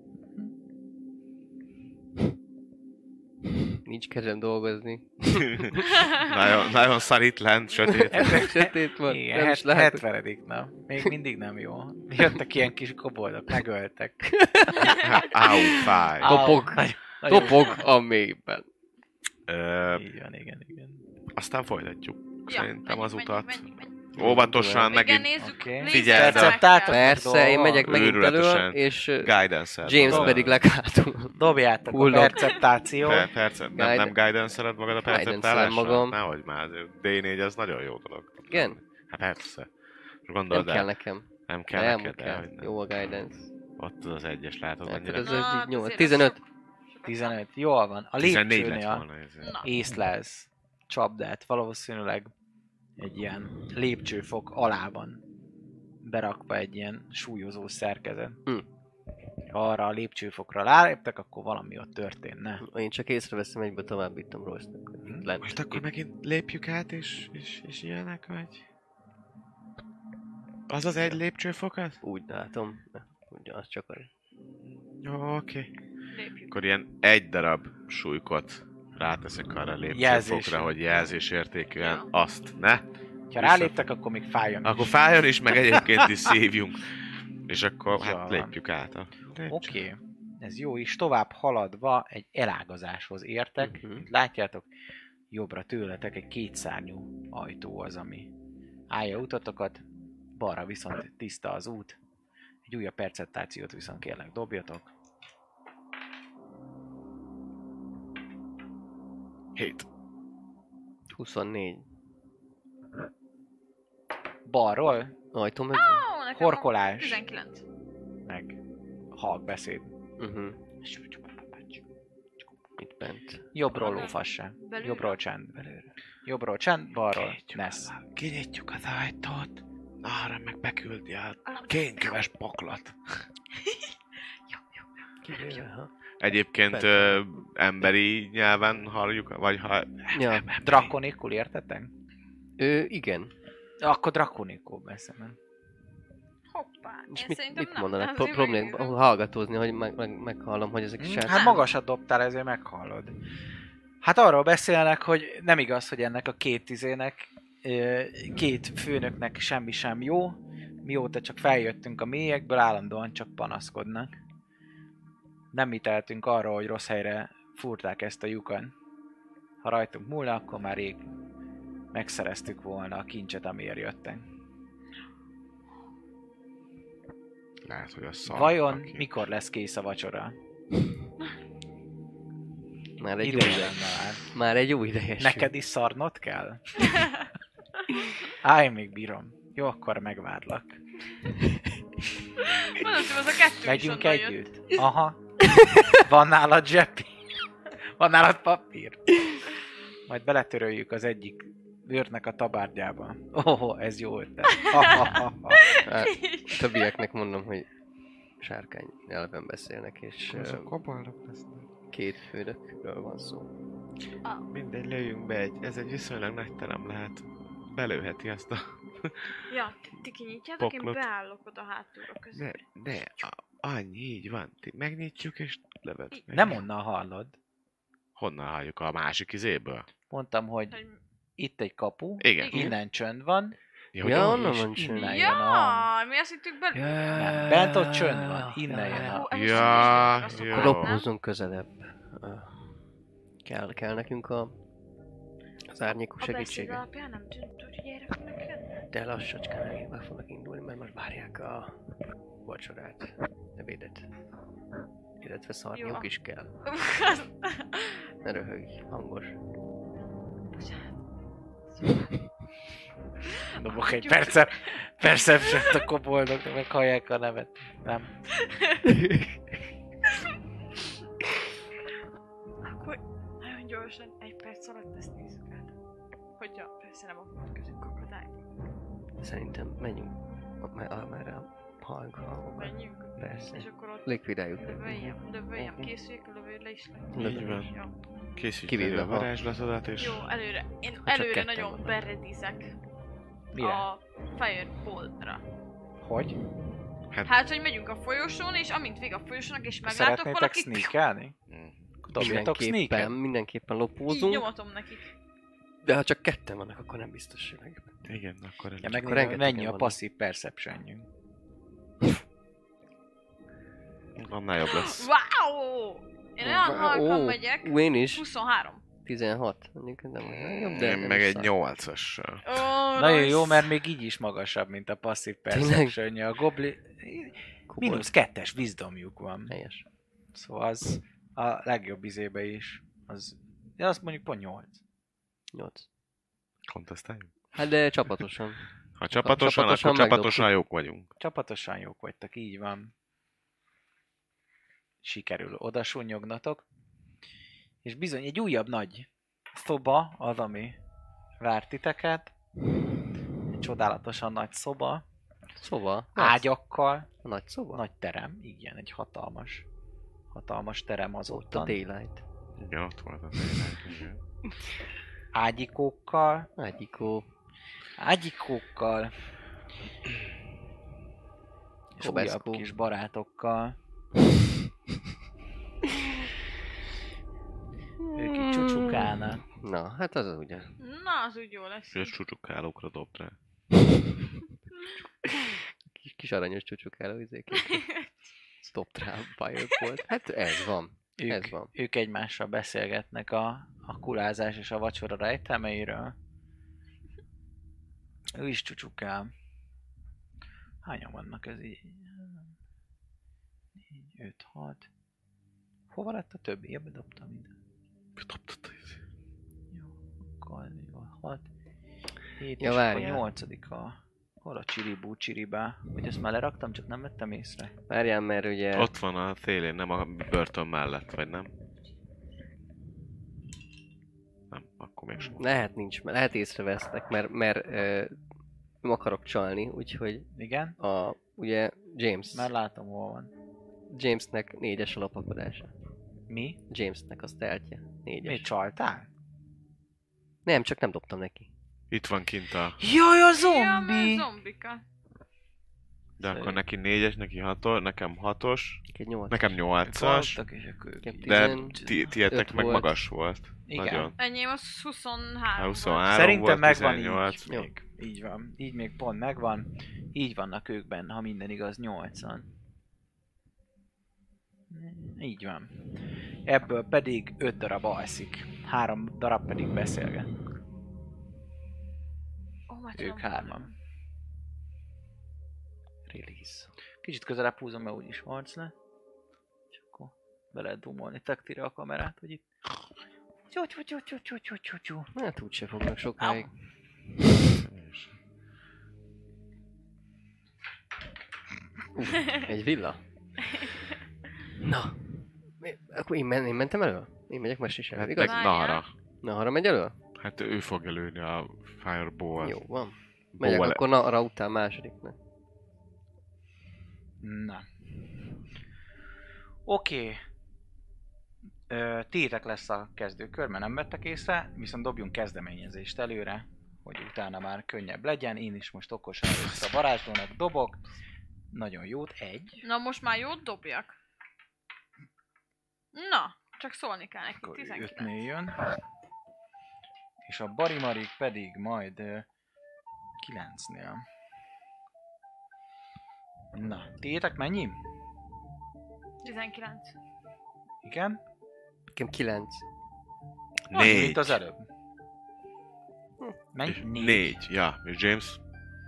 Nincs kedvem dolgozni. nagyon szarít lent, sötét. Sötét van. Igen, Nem is lehet. 70. nap. Még mindig nem jó. Jöttek ilyen kis koboldok, megöltek. Áú, fáj. Kopog. Nagyon- Topog a mélyben. Így van, igen. Aztán folytatjuk. Szerintem menjünk, az utat. menjünk. Óvatosan, Igen, megint nézzük. Oké. nézzük Figyeld ezt a- meg kell. Persze, én megyek megint Őrületesen. elől, és guidance-el. James Dobd. pedig leghátul. Dobjátok Hullok. a perceptációt. Nem guidance-eled magad a Guidance-elem perceptálással? magam. Nehogy már, D4 az nagyon jó dolog. Igen? Hát persze. Nem Gondold kell el. nekem. Nem kell Nem neked, kell. de Jó a guidance. ott az egyes látod Látod, annyira. az Na, így hát 8. azért 15. sok- 15. Jól van. A 14 lett lépcsőnél volna ez. Na. észlelsz csapdát. Valószínűleg egy ilyen lépcsőfok alá van berakva egy ilyen súlyozó szerkezet. Ha arra a lépcsőfokra ráléptek, akkor valami ott történne. Én csak észreveszem, egyből továbbítom Royce-nak. Lent. Most akkor megint lépjük át, és ilyenek, vagy? Az az egy lépcsőfokat? Úgy látom. Ugye, az csak a... Jó, oké. Lépjük. Akkor ilyen egy darab súlykot ráteszek arra a lépcsőfokra, Jelzésre. hogy jelzésértékűen Ja. azt ne. Ha ráléptek, akkor még fájjon Akkor is. fájjon is, meg egyébként is szívjunk. És akkor Ja. hát lépjük át a lépcsőt. Oké, ez jó is. Tovább haladva egy elágazáshoz értek. Mint látjátok, jobbra tőletek egy kétszárnyú ajtó az, ami állja utatokat. Balra viszont tiszta az út. Egy újabb perceptációt viszont kérlek dobjatok. 7. 24. Balról Ajtó meg... Ó, nekem horkolás, 19. meg halkbeszéd. Itt bent. Jobbról lófasság. Belülre? Jobbról csend. Jobbról csend, balról nesz. Kinyitjuk az ajtót. Arra meg beküldi a kényköves poklat. Egyébként emberi nyelven halljuk, vagy ha... Ja. Drakonikul, értetek? Igen. Akkor drakonikul beszélem. Hoppá. És Én szerintem mit nem. mondanak? Azért Problém, megnézem. hallgatózni, hogy meghallom, hogy ezek is Hát magasat dobtál, ezért meghallod. Hát arról beszélnek, hogy nem igaz, hogy ennek a két főnöknek semmi sem jó. Mióta csak feljöttünk a mélyekből, állandóan csak panaszkodnak. Nem mi tehetünk arról, hogy rossz helyre fúrták ezt a lyukat. Ha rajtunk múlna, akkor már rég megszereztük volna a kincset, amiért jöttek. Lehet, hogy a szar. Vajon mikor lesz kész a vacsora? Már egy jó Ideje ideje. lenne már. Már egy jó ideje. Neked is szarnod kell? Állj, még bírom. Jó, akkor megvárlak. Mondom, hogy az a kettő is Megyünk onnan jött. együtt? Aha. Van nálad zseppi? Van nálad papír? Majd beletöröljük az egyik őrnek a tabárdjába. Ez jó ötlet. Hát, többieknek mondom, hogy sárkány nyelven beszélnek, és Azok koboldok lesznek. két főnökről van szó. Mindegy, lőjünk be ez egy viszonylag nagy terem lehet. Belőheti ezt a... Ja, ti kinyitjátok, én Poklot. beállok oda hátulra közben. Annyi, így van. Megnyitjuk és lövöd. Nem onnan hallod. Honnan halljuk? A másik izéből? Mondtam, hogy Hogy... itt egy kapu, Igen. innen csönd van, Ja, Ja, jó, onnan és van csönd. innen jön a hang. Ja, mi azt hittük belül? Nem, bent ott csönd van, innen jön a Hú, hang. először Ja, is nézd meg jó. azt a Akkor nem? húzzunk közelebb. Kell nekünk az árnyékok A beszéd segítsége. alapján nem tűnt, hogy erre fognak jönni? De lassacskán meg fognak indulni, mert most várják a vacsorát, ebédet. Illetve szarniuk Jó. is kell. Ne röhögj, hangos. Dobok egy perception-t a koboldok, meg hallják a nevet. Nem. Akkor nagyon gyorsan, egy perc alatt ezt nézzük át. Hogyha persze nem akart közünk akadályba. Szerintem menjünk merre a hangok. Menjünk. Persze. És akkor ott Likvidáljuk. lövöljem, készüljek, a lövőre le is le. Így van. Jó. Készítsd Kivéve elő a ha- varázslatodat és... Jó, előre. Én csak előre ketten nagyon vannak. beredizek Mire? a Firebolt-ra. Hogy? Hát, hogy megyünk a folyosón, és amint vég a folyosónak, és meglátok Szeretnétek valakit, sneakelni? Mm. Dobjatok sneaket. Mindenképpen így lopózunk. nyomatom nekik. De ha csak ketten vannak, akkor nem biztos, hogy meg. Igen, akkor... Ja, Ja, meg Akkor rengetegen mennyi a vannak. passzív perceptionjünk. annál jobb lesz. Wow! Én olyan halkan megyek. Én is. 23. 16. Mondjuk nem olyan jobb, de Én nem meg is egy szar. 8-assal. Oh, Nagyon jó, mert még így is magasabb, mint a passzív perceptionje. A goblin... Mínusz 2-es wisdomjuk van. Helyes. Szóval az a legjobb izébe is. Az... Ja, azt mondjuk pont 8. 8. Kontesztáljunk? Hát de csapatosan. Ha csapatosan, csapatosan akkor csapatosan jók vagyunk. Csapatosan jók vagytok, így van. Sikerül oda sunyognatok. És bizony egy újabb nagy szoba az, ami vár titeket. Egy csodálatosan nagy szoba. Szóval. Ágyakkal. A nagy szoba? Nagy terem, igen, egy hatalmas terem az Ott a ottan. Daylight. Igen, ott volt az élet, igen. Ágyikókkal. Ágyikókkal. És Kobeszkó. újabb kis barátokkal. Ők így csucsukálnak. Na, hát az ugye. Na, az úgy jó lesz. És csucsukálókra dobt rá. Kis aranyos csúcsuk izék. Stop trap Firebolt. Hát ez van. Ez van. Ők egymással beszélgetnek a kulázás és a vacsora rejtelmeiről. Ő is csucsukál. Hányan vannak ez így? 4, 5, 6. Hova lett a többi? Ebbe dobtam ide. Jó, akkor 6. 7 Ja, és várjál. akkor 8-a. Hol a csiribú csiribá? Hogy ezt már leraktam, csak nem vettem észre. Várjál, mert ugye... Ott van a szélén, nem a börtön mellett, vagy nem? Nem, akkor mégsem. Lehet észrevesznek, mert nem akarok csalni, úgyhogy Igen? ugye James. Már látom, hol van. Jamesnek 4-es a lopakodása. Mi? Jamesnek a stealthje. 4-es. Miért csaltál? Nem, csak nem dobtam neki. Itt van kint a... Jaj, a Ja, zombi! mert zombika. De akkor neki 4-es, neki 6-os, nekem 6-os, Egy 8. nekem 8-as, Haltak, és akkor ők így- de 15 tietek meg volt. magas volt. Igen. Nagyon. Enyém az 23 Hát volt. 23 Szerintem volt, megvan 18. így. Még. Így van. Így még pont megvan. Így vannak ők benne, ha minden igaz, 8-an. Így van. Ebből pedig 5 darab alszik. 3 darab pedig beszélget. Ó, már Ők tudom. 3-an. Release. Kicsit közelebb húzom, mert úgyis harc le. És akkor be lehet dumolni taktire a kamerát, hogy itt... Tyú. Hát úgyse fognak sokáig. Egy villa? Na. Akkor én mentem elő? Én megyek mesés elő, Hát igaz? meg Nahara. Nahara megy elő? Hát ő fogja lőni a Fireball. Jó, van. Megyek akkor Nahara után másodiknak. Na. Oké. Tiétek lesz a kezdőkör, mert nem vettek észre, viszont dobjunk kezdeményezést előre, hogy utána már könnyebb legyen. Én is most okosan a varázslónak dobok. Nagyon jót, 1. Na most már jót dobjak. Na, csak szólni kell neki, Akkor 19. 5-nél jön. És a Barimarik pedig majd 9-nél. Na, tiétek mennyi? 19. Igen? Nekem 9. Mint 4. az előbb. Mennyi? 4. Ja, és James?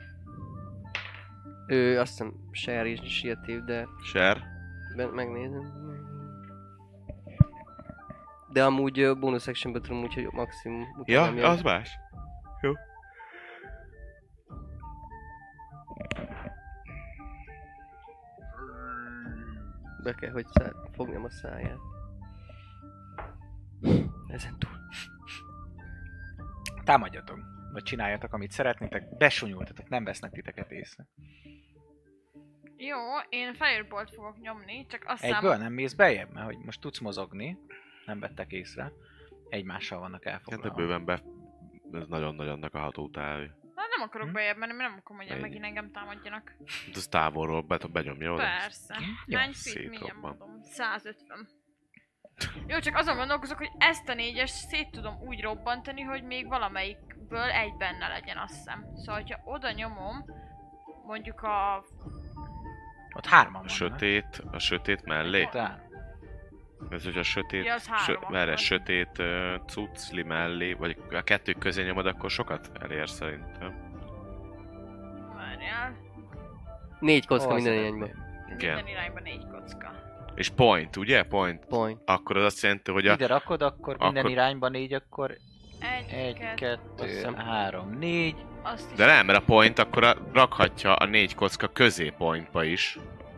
Ő azt hiszem share initiatív, de Share? megnézem. De amúgy bonus actionből tudom úgy, hogy maximum utána nem Ja, jön. az más. Jó. Be kell, hogy fogjam a száját. Ezen túl. Támadjatok. Vagy csináljatok, amit szeretnétek. Besonyultatok, nem vesznek titeket észre. Jó, én Firebolt fogok nyomni, csak azt Egyből nem mész bejebb, mert hogy most tudsz mozogni. Nem vettek észre. Egymással vannak Hát de elfoglalva. bőven ez nagyon-nagyonnak a hatótávű. Na, nem akarok bejebb menni, mert nem akarom, hogy Ennyi. megint engem támadjanak. Ez távolról benyomja oda. Persze. Jó, Hány feet, mindjárt szétrobban. mondom. 150. Jó, csak azon gondolkozok, hogy ezt a 4-es szét tudom úgy robbantani, hogy még valamelyikből egy benne legyen, azt hiszem. Szóval, hogyha oda nyomom, mondjuk a... Ott 3-an A sötét mellé. Tehát, Ez, hogy a sötét, Ja, az 3 akkor. merre sötét cucli mellé, vagy a kettő közé nyomod, akkor sokat elér szerintem. Várjál. 4 kocka hol minden szeretnéd? irányban. Igen. Minden irányban 4 kocka. És point, ugye? Point. Point. Akkor az azt jelenti, hogy a... ide rakod, akkor minden akkor- irányba 4, akkor 1, 1, 2, Azt hiszem. 3, 4. azt is. De nem, mert a point akkor rakhatja a 4 kocka középpontba is.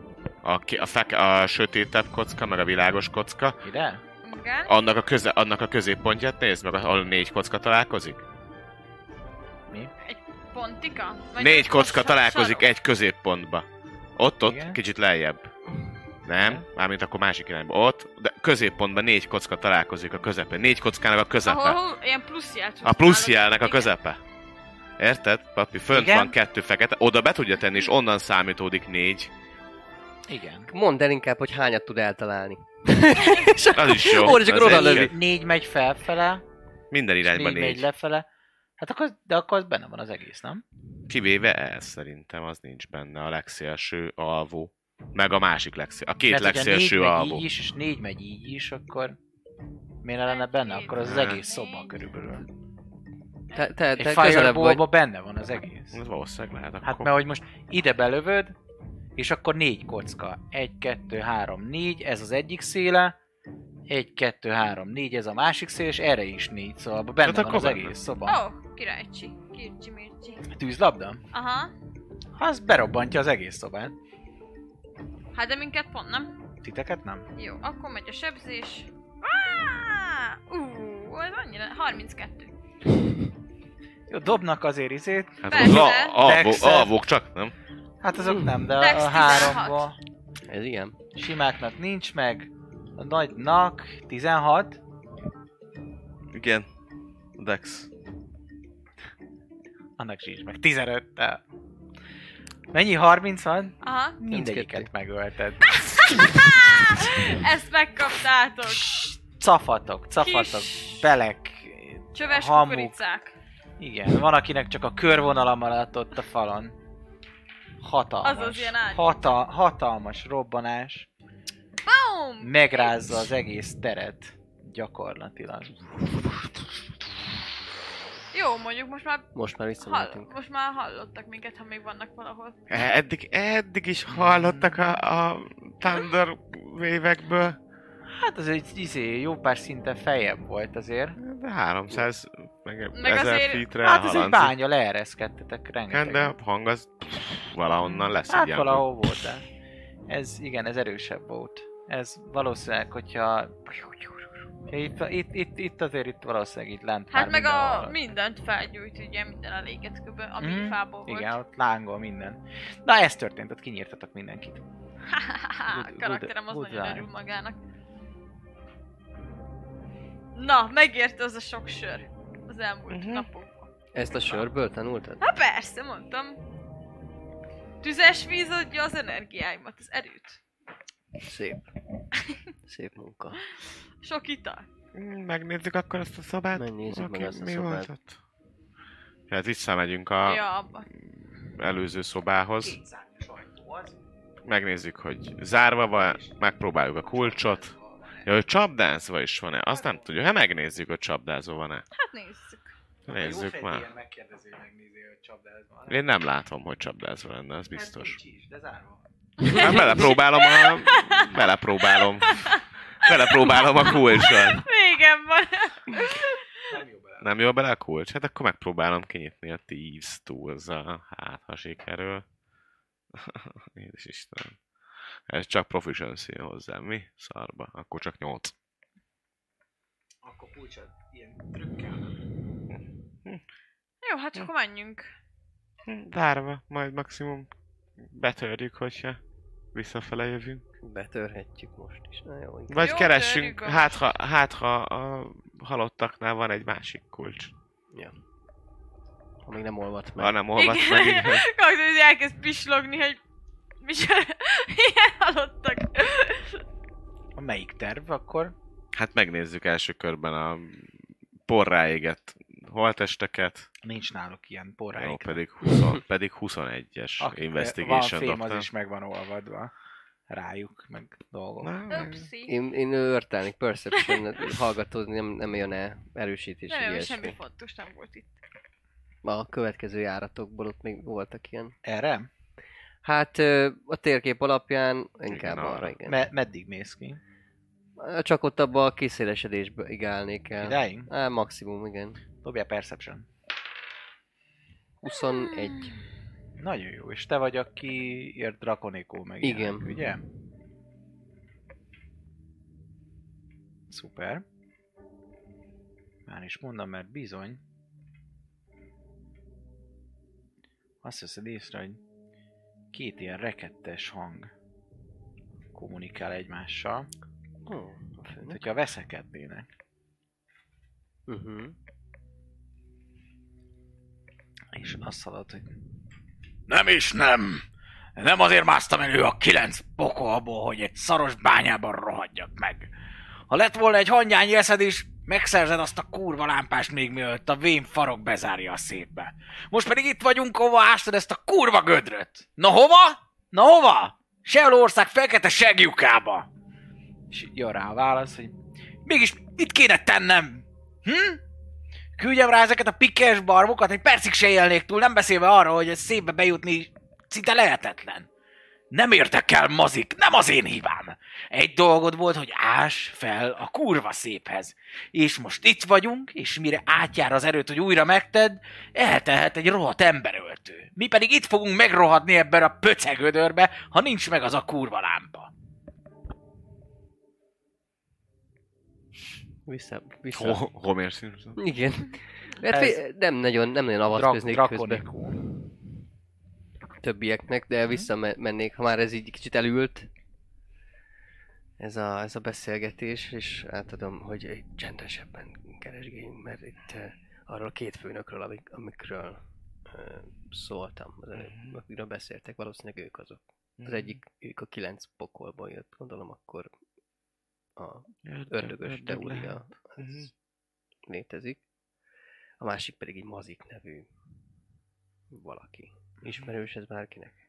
A sötétebb kocka, meg a világos kocka. Ide? Igen. Annak a középpontját nézd meg, ahol 4 kocka találkozik. Mi? Pontika? Vagy 4 egy kocka sarok? találkozik egy középpontba. Ott, Igen. kicsit lejjebb. Nem, Igen. mármint akkor másik irányba. Ott, de középpontban 4 kocka találkozik a közepén. 4 kockának a közepe. Ahol ilyen plusz jel A plusz jelnek a Igen. közepe. Érted? Papi, fönt Igen. van 2 fekete, oda be tudja tenni, és onnan számítódik 4. Igen. Mondd el inkább, hogy hányat tud eltalálni. Az is jó. Oda csak Az oda egy- lövi. 4 megy felfele, Minden és irányban 4 megy 4. lefele. Hát akkor, de akkor az benne van az egész, nem? Kivéve ez szerintem, az nincs benne a legszélső alvó. Meg a másik legszélső. A két Mert hogyha legszélső 4 megy alvó. így is, és 4 megy így is, akkor miért ne lenne benne? Akkor az egész szoba körülbelül. Te Egy közelebb vagy. Fireball-ba benne van az egész. Ez valószínűleg lehet akkor. Hát mert hogy most ide belövöd, és akkor 4 kocka. 1, 2, 3, 4, ez az egyik széle. 1, 2, 3, 4, ez a másik szél, és erre is 4, szóval abban benne Hát van akkor az benne. egész Ó, szoba. oh, királycsi. Kircsi mircsi. Tűzlabda? Aha. Az berobbantja az egész szobát. Hát de minket pont nem. Titeket nem? Jó, akkor megy a sebzés. Ez annyira... 32. Jó, dobnak azért izét. Hát Persze. az Dexter. alvók csak, nem? Hát azok nem, de Dex a 16. háromba Ez ilyen. simáknak nincs meg. A nagynak 16. Igen. Dex. Annak sincs meg 15-tel. Mennyi? 30 van? Aha. Mindegyiket megölted. Ezt megkaptátok. Cafatok, Kis belek, Csöves hamuk. kukoricák. Igen, van akinek csak a körvonala maradt ott a falon. Hatalmas. Azaz ilyen ágy. Hatalmas robbanás. Boom! Megrázza az egész teret. Gyakorlatilag. Jó, mondjuk most már, Most már visszamentünk. most már hallottak minket, ha még vannak valahol. Eddig is hallottak a Thunder Wave-ekből. Hát az egy jó pár szinten feljebb volt azért. De 300, meg Meg 1000 azért- feetre Hát ez egy elhalanzik. bánya, leereszkedtetek Hát, rengeteg. de a hang az valahonnan lesz Hát ilyen. valahol volt, de... igen, ez erősebb volt. Ez valószínűleg, hogyha... Itt azért itt valószínűleg itt lent Hát már meg mindenhol. mindent felgyújt, ugye, minden a léget köbben, ami fából volt. Igen, ott lángol minden. Na ez történt, ott kinyírtatok mindenkit. A karakterem az good nagyon line. örül magának. Na, megérte az a sok sör az elmúlt napokban. Ezt a sörből tanultad? Hát persze, mondtam. Tüzes víz adja az energiáimat, az erőt. Szép. Szép munka. Sok ital. Megnézzük akkor ezt a szobát. Megnézzük meg ezt a mi szobát. volt ott? Tehát visszamegyünk a Ja, abba. előző szobához. Kétszárnyas ajtó az. Megnézzük, hogy zárva van, megpróbáljuk a kulcsot. Ja, hogy csapdázva is van-e? Azt nem tudjuk. Hát megnézzük, hogy csapdázva van-e. Hát nézzük. Nézzük már. Ilyen megkérdező, megnézi, hogy csapdázva van. Én nem látom, hogy csapdázva lenne, az biztos. Nincs is, de zárva. Hát belepróbálom a kulcsot. Végem van. Nem jó bele. Nem jó bele a kulcs? Hát akkor megpróbálom kinyitni a Thieves Tools-a. Hát, ha sikerül. Édes Istenem. Ez csak proficiency hozzám, mi? Szarba. Akkor csak 8. Akkor kulcsod ilyen trükkel. Jó, hát akkor menjünk. Zárva, majd maximum betörjük, hogyha visszafele jövünk. Betörhetjük most is. Na jó, inkább. Vagy Jó, keressünk, törjük hát ha a halottaknál van egy másik kulcs. Ja. Ha még nem olvadt meg. Ha nem olvadt meg, így, hogy... Kaktus így elkezd pislogni, hogy milyen halottak. A melyik terv akkor? Hát megnézzük első körben a porrá égett holtesteket. Nincs náluk ilyen Jó, porráik. pedig 21-es Van investigation fém, az dobtam. is meg van olvadva. Rájuk, meg dolgok. Na, Upsi. Én örtelnék Perception hallgatózni, nem jön-e erősítés, Nem, ilyesmi. semmi fontos nem volt itt. A következő járatokból ott még voltak ilyen. Erre? Hát a térkép alapján inkább Igen, arra, arra. igen. Meddig mész ki? Csak ott abba a kiszélesedésbe igálnék el. Idáig? Maximum, igen. Dobjál Perception. 21. Nagyon jó, és te vagy, akiért Draconikó meg Igen. ilyenek, ugye? Szuper. Már is mondom, mert bizony. Azt veszed észre, hogy két ilyen rekettes hang kommunikál egymással, Oh, a mint főnök. hogyha veszekednének. És azt hallod, hogy nem is nem! Nem azért másztam elő a 9 pokolból, hogy egy szaros bányában rohadjak meg. Ha lett volna egy hangyányi eszed is, megszerzed azt a kurva lámpást még mielőtt a vén farok bezárja a szétbe. Most pedig itt vagyunk, hova ástad ezt a kurva gödröt. Na hova? Na hova? Seolország fekete segjukába. És jön rá a válasz, hogy mégis mit kéne tennem? Küldjem rá ezeket a pikkes barmokat, egy percig se élnék túl, nem beszélve arra, hogy szépbe bejutni szinte lehetetlen. Nem értek el, mazik, nem az én hibám. Egy dolgod volt, hogy ás fel a kurva széphez. És most itt vagyunk, és mire átjár az erőt, hogy újra megtedd, eltelhet egy rohadt emberöltő. Mi pedig itt fogunk megrohadni ebben a pöcegödörbe, ha nincs meg az a kurva lámpa. Vissza. Homer Simpson. Igen. Hát Ez- nem nagyon avatkoznék közbe Draconikó. többieknek, de visszamennék, ha már ez így kicsit elült. Ez a beszélgetés, és átadom, hogy egy csendesebben keresgéljünk, mert itt arról a két főnökről, amikről szóltam, akikről beszéltek, valószínűleg ők azok. Az egyik, ők a 9 pokolból jött, gondolom akkor a ördögös teória az létezik. A másik pedig egy Mazik nevű valaki. Ismerős ez bárkinek?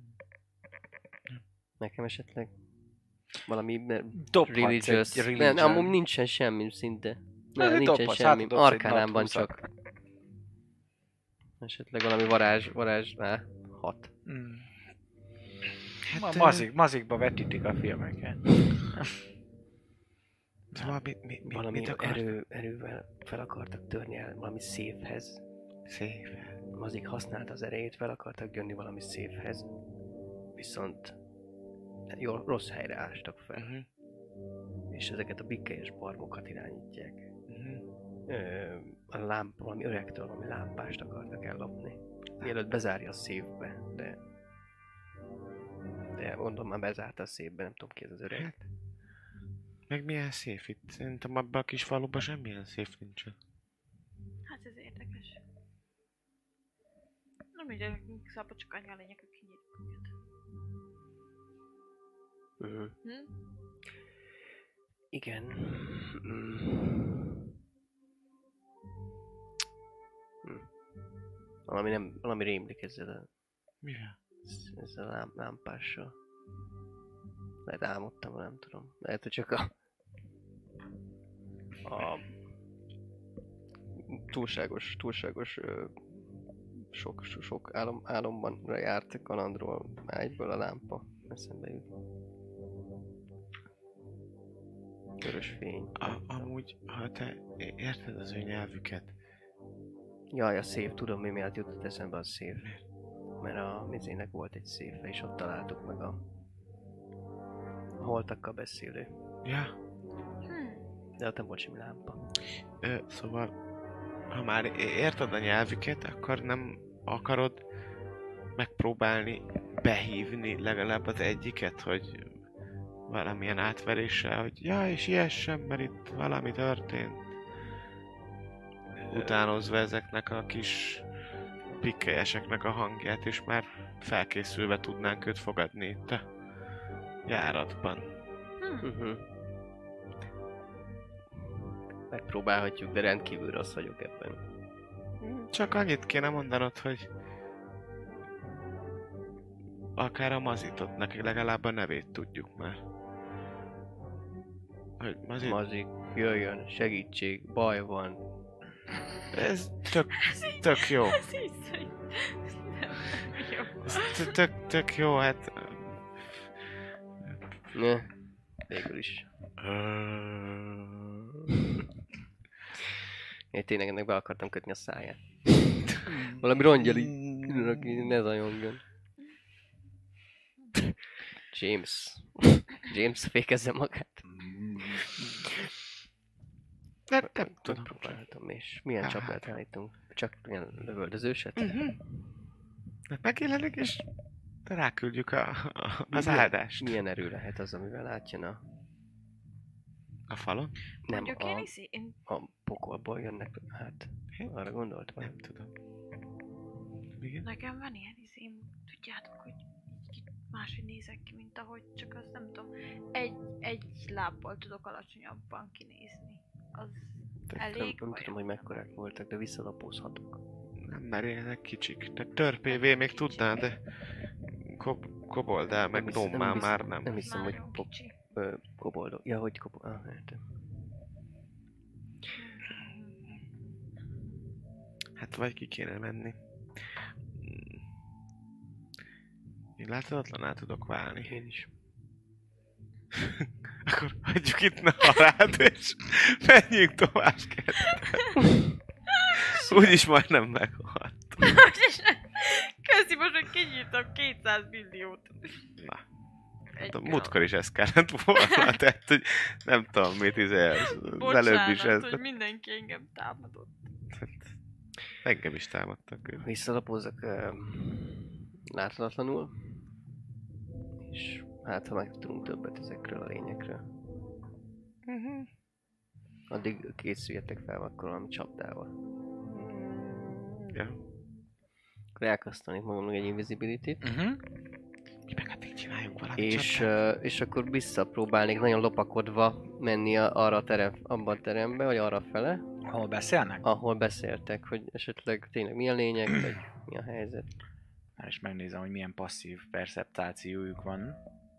Nekem esetleg valami Dobhatsz religious... egy Nem, religion. amúgy nincsen semmi szinte. Hát, Nem, nincsen dobhatsz, semmi. hát dobsz egy Arkánánban nat csak. Esetleg valami varázs, 6. Hát, mazikba vetítik a filmeket. Szóval Valami mit akar? erővel fel akartak törni el valami széfhez. Szép. Mazik használta az erejét, fel akartak jönni valami széfhez. Viszont Jó, rossz helyre ástak fel. Uh-huh. És ezeket a pikkelyes barmokat irányítják. Uh-huh. A lámpa, valami öregtől, valami lámpást akartak ellopni. Mielőtt bezárja a széfbe, de mondom, már bezárta a széfbe, nem tudom ki ez az öreg. Meg milyen széf itt? Szerintem abban a kis faluban semmilyen széf nincsen. Hát ez érdekes. Nem így nekünk szabad, csak annyi a lényeg, hogy kinyitjuk őket. Igen. Valami rémlik ezzel Mivel? a lámpással. Lehet álmodtam, nem tudom. Lehet, hogy csak a túlságos sok álomban járt kalandról egyből a lámpa. Eszembe jut. Vörös fény. Amúgy, ha te érted az ő nyelvüket. Jaj, a széf, tudom mi miatt jutott eszembe a széf. Mert a mizének volt egy széfe, és ott találtuk meg a holtakkal beszélő. Ja. De ott nem volt semmi lámpa. Szóval, ha már érted a nyelvüket, akkor nem akarod megpróbálni behívni legalább az egyiket, hogy valamilyen átveréssel, hogy ja, és ilyesem, mert itt valami történt. Utánozva ezeknek a kis pikkelyeseknek a hangját, és már felkészülve tudnánk őt fogadni itt a járatban. Megpróbálhatjuk, de rendkívül rossz vagyok ebben. Csak annyit kéne mondanod, hogy akár a Mazitot, neki legalább a nevét tudjuk már. Hogy Mazik, jöjjön, segítség, baj van. Ez tök jó. Ez így szerintem. Ez tök jó, hát... Ne, végül is. Én tényleg ennek be akartam kötni a száját. Valami rongyal így, ne zajongjon. James fékezze magát. Nem tudom. Próbálhatom, és milyen csapdát állítunk? Csak ilyen lövöldözőset? Hát megjelenik, és ráküldjük az áldást. Milyen erő lehet az, amivel átjön A falon? Nem, Mondjuk a pokolból jönnek át. Arra gondoltam? Nem tudom. Igen? Nekem van ilyen tudjátok, hogy így máshogy nézek ki, mint ahogy, csak azt nem tudom, egy lábbal tudok alacsonyabban kinézni. Az elég Nem tudom, hogy mekkorák voltak, de visszalapozhatok. Nem, mert ilyenek kicsik. De törpévé még tudná, de koboldál, meg gnommá már nem. Nem hiszem, hogy Nagyon kicsi. koboldok. Ja, hogy koboldok. Értem. Hát vagy ki kéne menni. Én láthatatlan tudok válni. Én is. Akkor hagyjuk itt Naharát, és menjünk tovább ketten. Úgyis majdnem meghalt. Köszi, most hogy kinyírtam 200 milliót. Na. Hát a múltkor is ez kellett volna, tehát hogy nem tudom mit az előbb is ez. Hogy mindenki engem támadott. Engem is támadtak. Visszalapozzak láthatatlanul. És hát ha megtudunk többet ezekről a lényekről. Addig készüljetek fel akkor valami csapdával. Ja. Akkor elkasztanék magamnak egy invisibility-t. Mi meg addig csináljunk valami És akkor visszapróbálnék nagyon lopakodva menni arra abba a terembe, vagy arra fele. Hol beszélnek? Ahol beszéltek, hogy esetleg tényleg milyen lények, vagy mi a helyzet. Már is megnézem, hogy milyen passzív perceptációjuk van.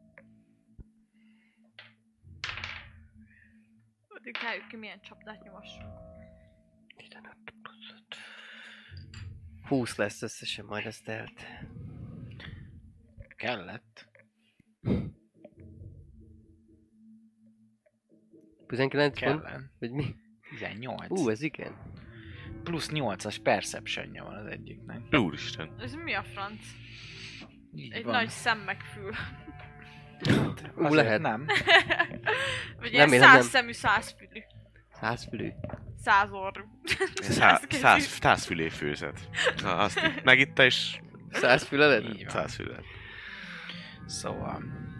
Addig rájuk ki, milyen csapdát nyomassunk. 20 lesz összesen, majd ezt telt. Kellett. 19 van? Kellett. Vagy mi? 18. Ez igen. Plusz 8-as perceptionja van az egyiknek. Úristen. Ez mi a franc? Így Egy van. nagy szem meg fül. Azért lehet. Nem. Vagy ilyen Remélem, 100 nem. szemű, 100 fülű. 100 fülű. 100 orrú. 100 fülé főzet. Na, azt megitta és 100 fülelet? Így van. 100 fület. Szóval,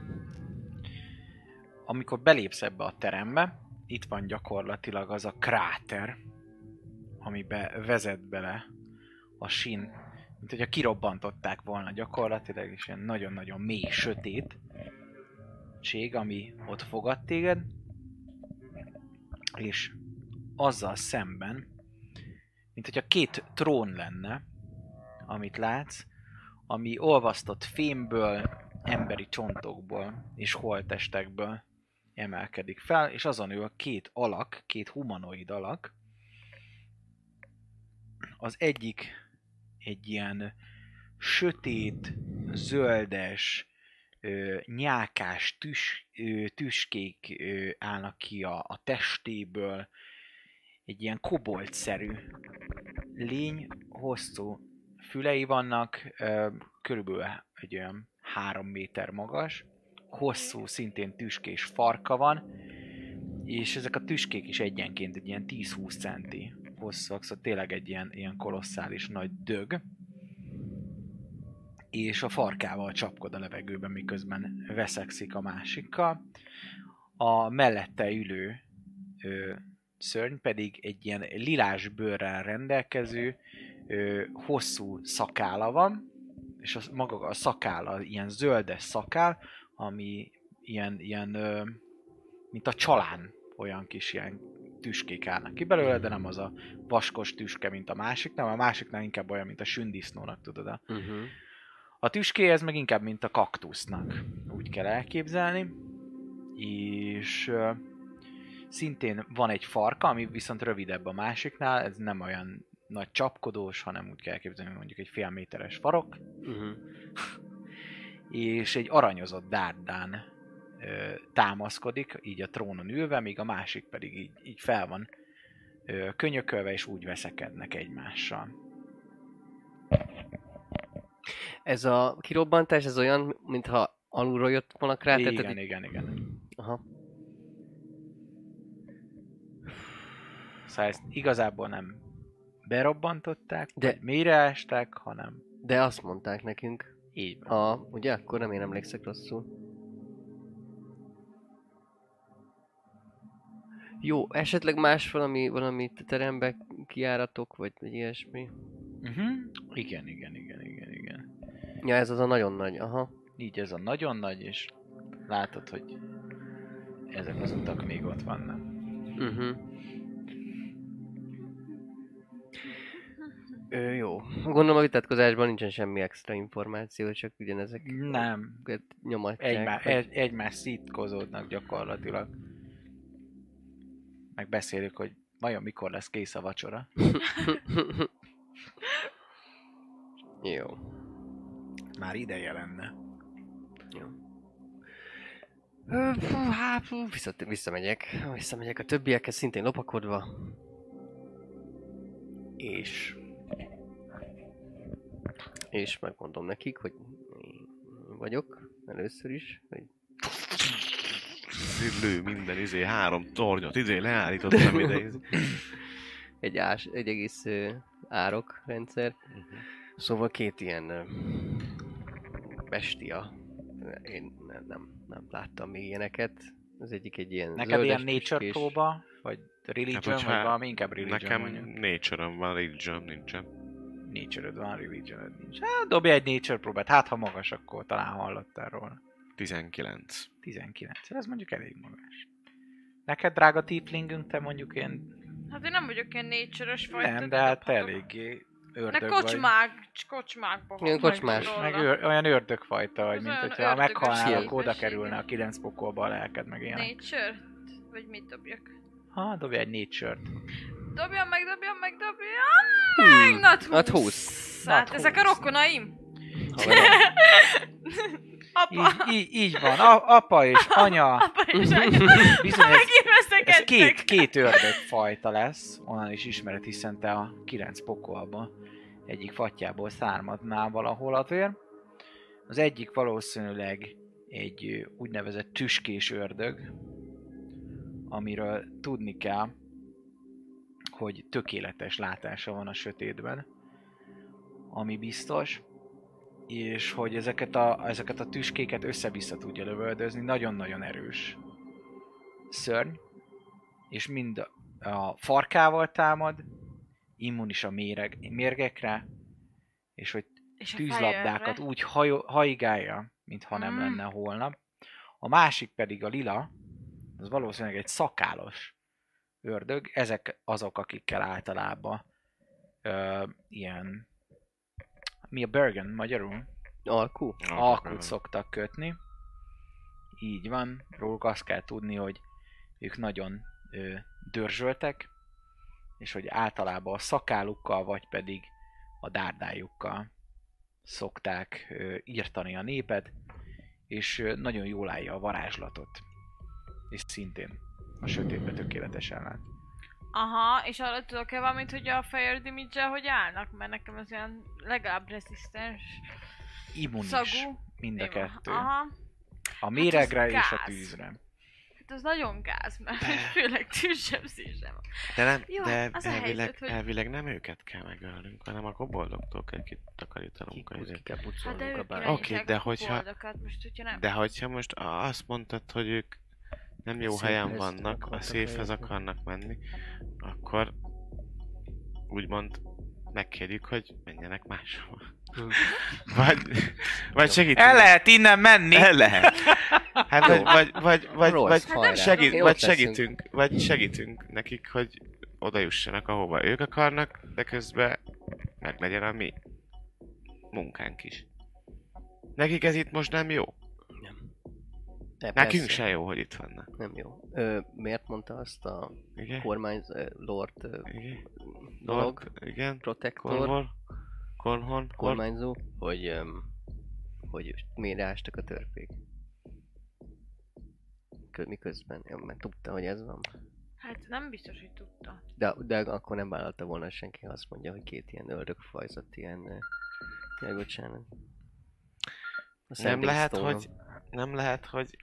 amikor belépsz ebbe a terembe, itt van gyakorlatilag az a kráter, amibe vezet bele a sin, mint hogyha kirobbantották volna gyakorlatilag, és ilyen nagyon-nagyon mély, sötétség, ami ott fogad téged, és azzal szemben, mint hogyha két trón lenne, amit látsz, ami olvasztott fémből, emberi csontokból és holttestekből emelkedik fel, és azon ül két alak, két humanoid alak. Az egyik egy ilyen sötét, zöldes, nyálkás tüskék állnak ki a testéből, egy ilyen koboldszerű lény, hosszú fülei vannak, körülbelül egy olyan 3 méter magas, hosszú, szintén tüskés farka van, és ezek a tüskék is egyenként egy ilyen 10-20 centi hosszúak, szóval tényleg egy ilyen kolosszális nagy dög, és a farkával csapkod a levegőben, miközben veszekszik a másikkal. A mellette ülő szörny pedig egy ilyen lilás bőrrel rendelkező, hosszú szakála van, és maga a szakála ilyen zöldes szakál, ami ilyen mint a csalán, olyan kis ilyen tüskék állnak ki belőle, de nem az a vaskos tüske, mint a másiknál, a másiknál inkább olyan, mint a sündisznónak, tudod. A tüskéhez meg inkább, mint a kaktusznak, úgy kell elképzelni, és szintén van egy farka, ami viszont rövidebb a másiknál, ez nem olyan nagy csapkodós, hanem úgy kell elképzelni, mondjuk egy fél méteres farok, és egy aranyozott dárdán támaszkodik, így a trónon ülve, míg a másik pedig így fel van könyökölve, és úgy veszekednek egymással. Ez a kirobbantás, ez olyan, mintha alulról jött volna kráter? Igen. Aha. Szóval ezt igazából nem berobbantották, de vagy mélyre ásták, hanem de azt mondták nekünk. így van. Ugye? Akkor nem én emlékszek rosszul. Jó, esetleg más valami terembe kijáratok, vagy ilyesmi? Igen. Ja, ez az a nagyon nagy, aha. Így ez a nagyon nagy, és látod, hogy ezek az utak még ott vannak. Jó. Gondolom a vitatkozásban nincsen semmi extra információ, csak ugyanezek Nem. nyomatják. Egymás szítkozódnak gyakorlatilag. Megbeszéljük, hogy vajon mikor lesz kész a vacsora. Jó. Már ideje lenne. Jó. Visszamegyek a többiekhez szintén lopakodva. És megmondom nekik, hogy vagyok először is, hogy Lő minden 3 tornyot, leállítottam ide. egy egész árok rendszer. Szóval 2 ilyen bestia. Én nem láttam még ilyeneket. Az egyik egy ilyen neked zöldes ilyen nature próba? Vagy religion? Hát, vagy valami inkább religion nekem mondjuk. nature-om van, religion nincsen. Nature-öd van, religion nincs. Hát dobj egy nature próbát, hát ha magas, akkor talán hallottál róla. 19. 19, ez mondjuk elég magas. Neked, drága tieflingünk, te mondjuk ilyen... Hát én nem vagyok ilyen nature-ös fajta. Nem, de hát te eléggé ördög de vagy. kocsmákba. Ilyen kocsmás. Meg olyan ördögfajta vagy, Az mint olyan hogyha ördögös meghalnál, ilyen. akkor oda kerülne a 9 pokolba a lelked, meg ilyenek. Nature? Vagy mit dobjak? Ha, dobj egy nature-t. Dobjam meg! Not 20. Hát Not ezek a 20. rokonaim. Így, Apa. így van, apa és anya. Apa és anya. Bizony, Megint ez veszekedtek. két ördögfajta lesz, onnan is ismered, hiszen te a 9 pokolba egyik fatjából szármadnál valahol azért. Az egyik valószínűleg egy úgynevezett tüskés ördög, amiről tudni kell, hogy tökéletes látása van a sötétben, ami biztos, és hogy ezeket a tüskéket össze-vissza tudja lövöldözni, nagyon-nagyon erős szörny, és mind a farkával támad, immunis a mérgekre, és hogy És a tűzlabdákat fejemre. úgy hajigálja, mintha nem lenne holnap. A másik pedig a lila, az valószínűleg egy szakálos ördög, ezek azok, akikkel általában ilyen... Mi a Bergen magyarul? Alkú? Alkut szoktak kötni. Így van, róluk azt kell tudni, hogy ők nagyon dörzsöltek, és hogy általában a szakálukkal, vagy pedig a dárdájukkal szokták írtani a népet, és nagyon jól állja a varázslatot. És szintén a sötétbe tökéletesen lát. Aha, és arra tudok-e valamit, hogy a fire damage-el hogy állnak? Mert nekem az ilyen legalább resistens Immunis szagú. mind a Jó, kettő. Aha. A méregre az és a gáz. tűzre. Hát az nagyon gáz, mert főleg tűzsebzésem. De, nem, Jó, de az a elvileg, helyzet, hogy- elvileg nem őket kell megölnünk, hanem a koboldoktól kell kitakarítanunk. Ki kell Hát de pucolnunk ők a bár. irányítják de a hogyha- koboldokat, most hogyha nem... De hogyha most azt mondtad, hogy ők nem jó Széfhez helyen vannak, a akartak széfhez eljutatni. akarnak menni, akkor úgymond megkérjük, hogy menjenek máshova. Vagy segítünk. El lehet innen menni! El lehet. Hát vagy Rossz, hajrá. segít, Ott leszünk. vagy segítünk nekik, hogy oda jussanak, ahova ők akarnak, de közben meg legyen a mi munkánk is. Nekik ez itt most nem jó. Nem. De Nekünk persze, se jó, hogy itt vannak. nem jó. Miért mondta azt a Igen? kormány lord Igen? dolog, Lord, igen? protektor, Cornhorn? kormányzó, hogy miért ástak a törpék. Miközben, mert tudta, hogy ez van. Hát nem biztos, hogy tudta. De akkor nem vállalta volna senki, ha azt mondja, hogy két ilyen ördögfajzat, ilyen... Tényleg, bocsánat. Nem lehet, hogy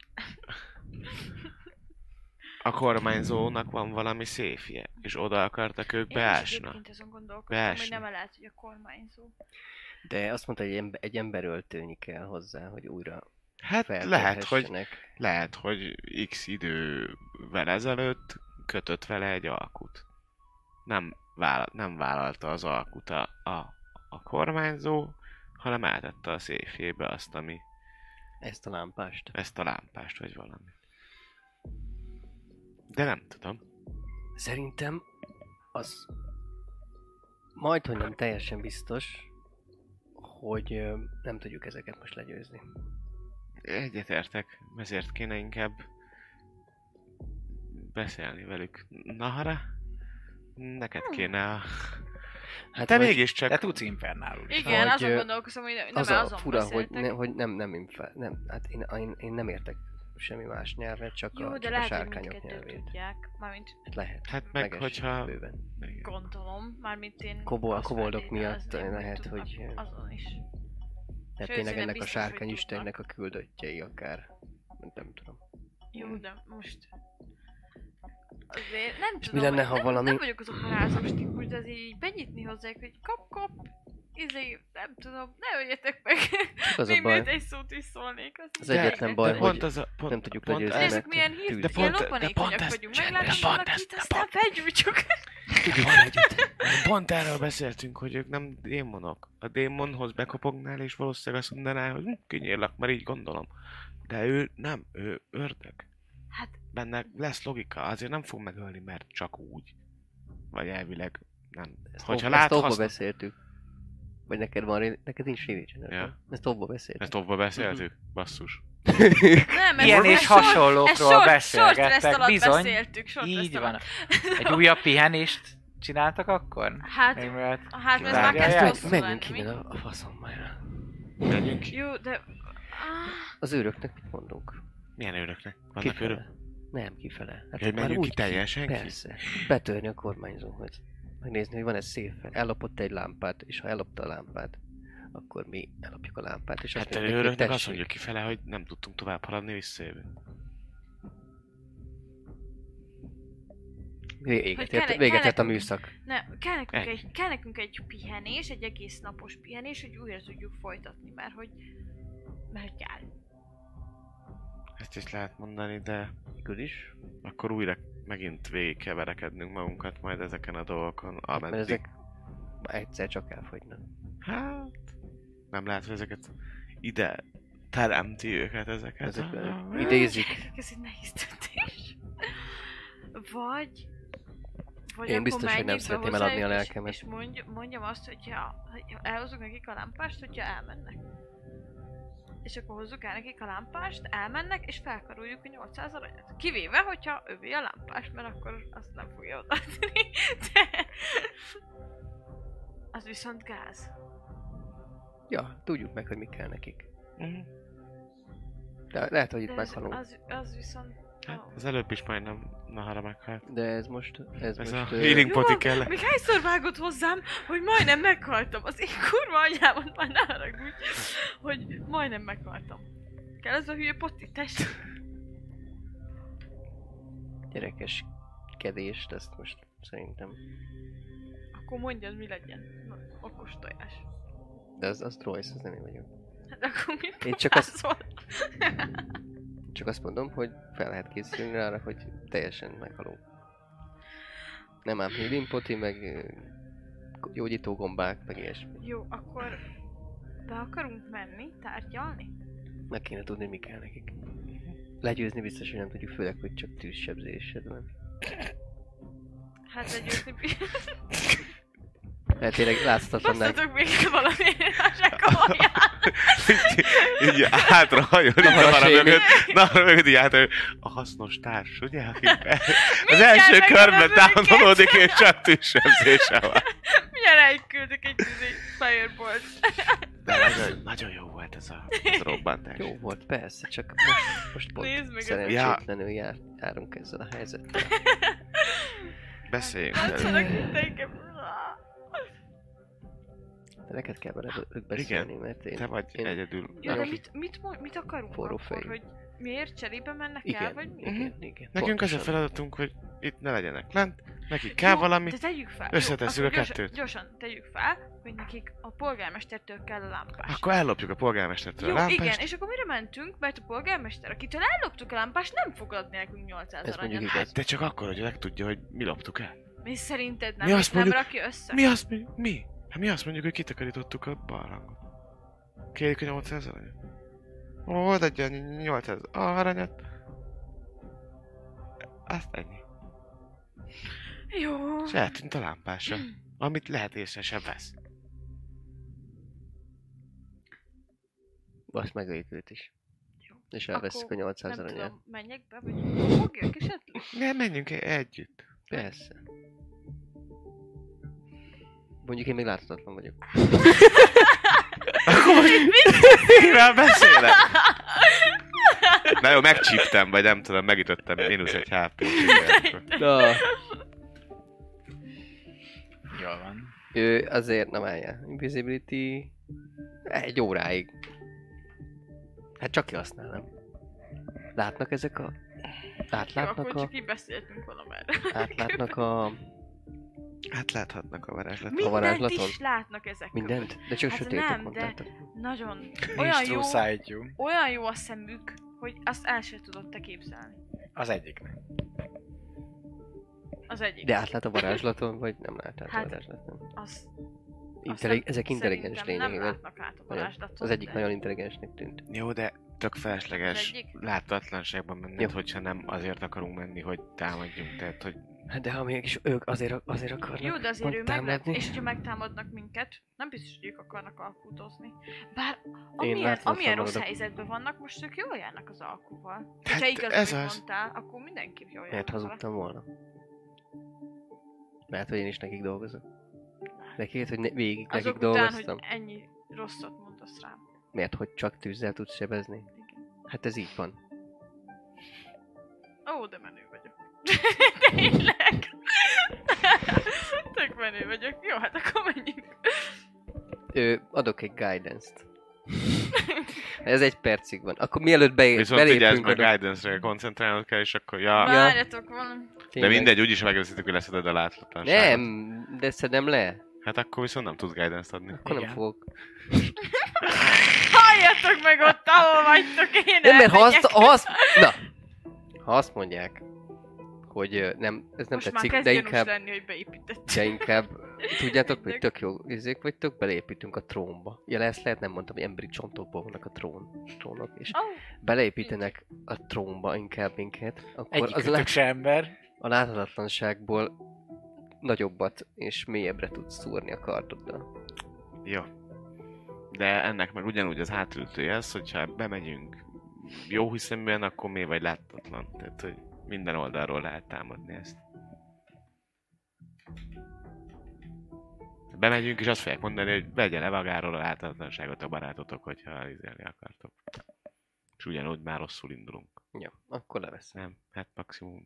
a kormányzónak van valami széfje, és oda akartak ők Én is beásni. egyébként azon gondolkodtam, hogy Beásni. nem lehet, hogy a kormányzó. De azt mondta, hogy egy emberöltőnyi kell hozzá, hogy újra Hát feltörhessenek. lehet, hogy x idővel ezelőtt kötött vele egy alkut. Nem vállalta az alkut a kormányzó, hanem átette a széfjébe azt, ami Ezt a lámpást. ezt a lámpást, vagy valami. De nem tudom. Szerintem az majdhogy nem teljesen biztos, hogy nem tudjuk ezeket most legyőzni. Egyetértek, ezért kéne inkább beszélni velük. Nahara? Neked kéne a... Hát Te vagy- mégiscsak... De tudsz infernálul is. Igen, Hogy, azon gondolkozom, hogy nem az a azon fura, hogy, beszéltek. hogy nem, hát én nem értek semmi más nyelvet, csak Jó, a, de csak a lehet, hogy sárkányok mindkettőt nyelvét. tudják. Mármint Lehet. Hát meg, megesik hogyha... bőven. Igen. gondolom, mármint én... A azt koboldok feltételezném, miatt lehet, tudnak hogy- azon is. Tehát Sőt, tényleg szerintem ennek a biztos, hogy sárkányistennek a tudnak. küldöttjei akár. Nem tudom. Jó, de most... Azért nem És tudom, mi lenne, ha nem, valami- nem vagyok az a parázos típus, de azért így benyitni hozzájuk, hogy kap, nem tudom, ne öljetek meg. Csak az a Még baj, miért egy szót is szólnék. Az így egyetlen elég baj, rettenek. hogy Pont az a... nem tudjuk pont legyőzni, ez- Nézzük, mert milyen hírt, tűz- ilyen de loppanékonyak pont vagyunk. ez- Meglátássanak pont itt, ez- aztán felgyújtsuk. Pont erről beszéltünk, hogy ők nem démonok. A démonhoz bekopognál, és valószínűleg azt mondaná, hogy kinyírlak, mert így gondolom. De ő nem, ő ördög. Hát, Benne lesz logika, azért nem fog megölni, mert csak úgy. Vagy elvileg nem. Hogyha ezt lát offba haszna... beszéltük. Vagy neked nincs Regeneration. Ja. Ezt offba beszéltük. Ezt offba beszéltük? Basszus. nem, ez Ilyen ez és short- hasonlókról ez short rest beszélgettek, alatt bizony. beszéltük, short rest Így van. alatt. Egy újabb pihenést csináltak akkor? Hát, Még mielőtt hát ez már kivárják? kezd hosszú Menjünk lenni, innen mi? a faszommára. Menjünk. Jó, de... Az őröknek mit mondunk? Milyen őröknek? Vannak őrök? Kifele? Nem, kifele. Hát Hogy már menjünk úgy ki teljesen ki? Persze. Betörni a kormányzóhoz. Megnézni, hogy van-e széfe. Ellopott egy lámpát, és ha ellopta a lámpát, akkor mi ellopjuk a lámpát, és Hát azt mondjuk, előröknek azt tessék. mondjuk kifele, hogy nem tudtunk tovább haladni, visszajövünk. Véget ért a műszak. Nem, kell nekünk egy pihenés, egy egész napos pihenés, hogy újra tudjuk folytatni, mert kell. Ezt is lehet mondani, de Igaz is. akkor újra megint végig kell verekednünk magunkat majd ezeken a dolgokon, Mert ameddig... ezek egyszer csak elfogynak. Hát... Nem lehet, hogy ezeket ide teremti őket ezeket. Ezek idézik. Ez egy nehéz döntés. Vagy Én akkor biztos, hogy nem menjünk be szeretném eladni a hozzájuk, lelkemet. És mondjam azt, hogyha elhozunk nekik a lámpást, hogyha elmennek. És akkor hozzuk el nekik a lámpást, elmennek, és felkaroljuk a 800 aranyat. Kivéve, hogyha övé a lámpást, mert akkor azt nem fogja odaadni. De... Az viszont gáz. Ja, tudjuk meg, hogy mi kell nekik. Mhm. De lehet, hogy itt De meghalunk. az viszont... Hát, az előbb is majdnem Nahara meghalt. De ez most... Ez a ö, healing poti kell. Még hányszor vágott hozzám, hogy majdnem meghaltam. Az én kurva anyámat már ne haragudj, hogy majdnem meghaltam. Kell ez a hülye poti, tessék. Gyerekeskedést, ezt most szerintem... Akkor mondjad, mi legyen. Na, okos tojás. De az Royce, az nem én vagyok. Hát akkor mit Én csak azt- próbálsz? Csak azt mondom, hogy fel lehet készülni rá, hogy teljesen meghalunk. Nem ám healing poti, meg gyógyító gombák, meg ilyesmi. Jó, akkor be akarunk menni, tárgyalni? Meg kéne tudni, mi kell nekik. Legyőzni biztos, hogy nem tudjuk, főleg, hogy csak tűzsebzésed van. Hát legyőzni... Mert tényleg látszatlanná. Basszatok még valami a zsekolját! Így hátrahajol, így Nahara Nahara shaming. mögött. Nahara mögött így hátrahajol. A hasznos társ, ugye? Aki az Mit első kell körben megnevezni támadolódik és csak tűzsebzése van. Mindjárt küldök egy firebolt. De nagyon jó volt ez a robbantás. Jó volt, persze, csak most Nézd pont meg szerencsétlenül járunk ezzel a helyzettel. Beszéljünk Látszanak, el. mint engem. De neked kell velük beszélni, mert én... Te vagy egyedül. Jó, de aki- mit akarunk Forró akkor, fejű. hogy miért cserébe mennek el, Igen, vagy mi? igen. Nekünk az a pontosan. feladatunk, hogy itt ne legyenek lent, nekik kell valami, De tegyük fel. összetesszük Jó, a akkor kettőt. Gyorsan tegyük fel, hogy nekik a polgármestertől kell a lámpás. akkor ellopjuk a polgármestertől Jó, a lámpást. igen, és akkor mire mentünk, mert a polgármester, akitől elloptuk a lámpást, nem fog adni nekünk 800 Ez mondjuk aranyat. igaz. De csak akkor, hogy megtudja, hogy mi loptuk el. Mi szerinted nem? Mi azt nem mondjuk- rakja össze? Mi azt mondjuk? Mi? Hát mi azt mondjuk, hogy kitakarítottuk a barlangot. Kérjük a 800 aranyat. Old adja a 800 aranyat. Azt ennyi. Jó. És eltűnt a lámpása, amit lehet észre sem vesz. Azt megöljük őt is. Jó. És elveszük a Akkor 800 nem aranyát. tudom, menjek be, vagy fogjak esetleg? Ne, menjünk együtt. Persze. Mondjuk én még láthatatlan vagyok. Akkor most mivel beszélek? Na jó, megcsíptem, vagy nem tudom, megütöttem -1 HP-t. Na, Jól van. ő azért nem állja. Invisibility... 1 óráig. Hát csak kihasználnám. Látnak ezek a... Jó, Átlátnak akkor a... csak így beszéltünk valamerre. Átlátnak a... Hát láthatnak a varázslatot. Mindent varázslaton? is látnak ezek Mindent? között. De csak Hát sötétet nem, mondtátok. Nagyon. Nincs Olyan jó, true sight you. olyan jó a szemük, hogy azt el sem tudod te képzelni. Az egyiknek. Az egyik. De átlát a varázslaton, vagy nem lát át a Hát, varázslaton? Az, Ezek intelligens szerintem lények, nem igen. látnak át a varázslaton. Az egyik de- nagyon intelligensnek tűnt. Jó, de tök felesleges Az egyik? láthatatlanságban menned, Jó. hogyha nem azért akarunk menni, hogy támadjunk. Tehát, hogy Hát de ha mégis ők azért akarnak Jó, de azért ő meg támadni. és ha megtámadnak minket, nem biztos, hogy ők akarnak alkudozni. Bár láthatatlan amilyen rossz maradok. helyzetben vannak, most ők jól járnak az alkuval. Hát Ha igaz, ez amit az. mondtál, akkor mindenképp jól Miért járnak vele. hazudtam volna? Lehet, hogy én is nekik dolgozok. Nekik, hogy végig nekik Azok után, dolgoztam. hogy ennyi rosszat mondasz rám. Miért, hogy csak tűzzel tudsz sebezni? Igen. Hát ez így van. Ó, de menő vagyok. Tényleg. Tök menő vagyok. Jó, hát akkor menjünk. Adok egy guidance-t. Ez 1 percig van. Akkor mielőtt Viszont vigyázz belépünk... meg, guidance-re koncentrálnod kell, és akkor Várjatok valami. De mindegy, úgyis megreszítik, hogy leszeded a láthatatlanságot. Nem, de szedem le. Hát akkor viszont nem tudsz guidance-t adni. Akkor nem Igen. fogok. Halljatok meg ott, ahol vagytok, én Nem, mert elmegyek. ha azt mondják, hogy nem, ez nem Most tetszik, már de kezd inkább, lenni, hogy beépített. de inkább, tudjátok, hogy tök jó izék vagytok, beleépítünk a trónba. Ja, ezt lehet nem mondtam, hogy emberi csontokból vannak a trónok, és beleépítenek a trónba inkább minket, akkor az Egyikőtök se ember. a láthatatlanságból nagyobbat és mélyebbre tudsz szúrni a kardoddal. Jó. De ennek meg ugyanúgy az hátulütője az, hogyha bemegyünk jó hiszeműen, akkor mély vagy láthatatlan. Tehát, hogy minden oldalról lehet támadni ezt. Bemegyünk és azt fogják mondani, hogy vegye le magáról a láthatatlanságot a barátotok, hogyha izélni akartok. És ugyanúgy már rosszul indulunk. Ja, akkor leveszem. Nem? Hát maximum.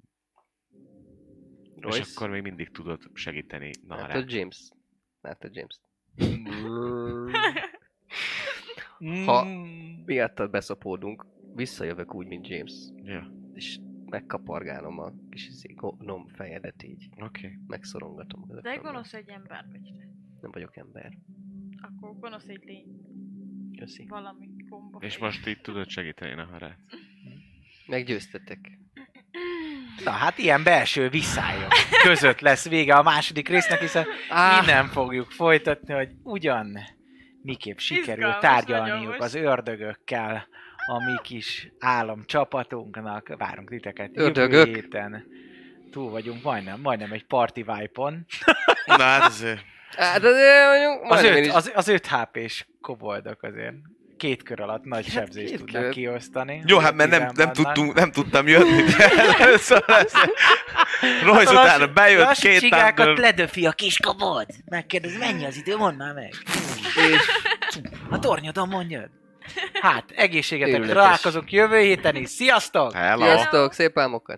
Royce? És akkor még mindig tudod segíteni Naharát. Látod James? Ha miattad beszapódunk, visszajövök úgy, mint James. Ja, És megkapargálom a kis gnóm fejedet így. oké. Megszorongatom. De gonosz egy ember vagy te. Nem vagyok ember. Akkor gonosz egy lény. Köszi. Valami gomba. És most így tudod segíteni Naharát. Meggyőztetek. Na hát ilyen belső visszályok között lesz vége a második résznek, hiszen innen fogjuk folytatni, hogy ugyan miképp sikerül Izgalmas tárgyalniuk nagyon az ördögökkel a mi kis államcsapatunknak. Várunk titeket Ördögök? jövő héten. Túl vagyunk majdnem egy party vibe-on. Na hát azért. Hát azért mondjuk, Az majdnem én 5, is. az 5 HP-s koboldok azért 2 kör alatt nagy sebzést 2 tudnak kör. kiosztani. Jó, hát mert nem tudtam jönni. Szóval Royce utána bejött két Lassúcsigákat tándor. ledöfi a kis kobold. Megkérdezi, mennyi az idő, mondd már meg. És a tornyodon mondjad. Hát, egészségetek, Őrületes. találkozunk jövő héten is. Sziasztok! Hello. Sziasztok, szép álmokat!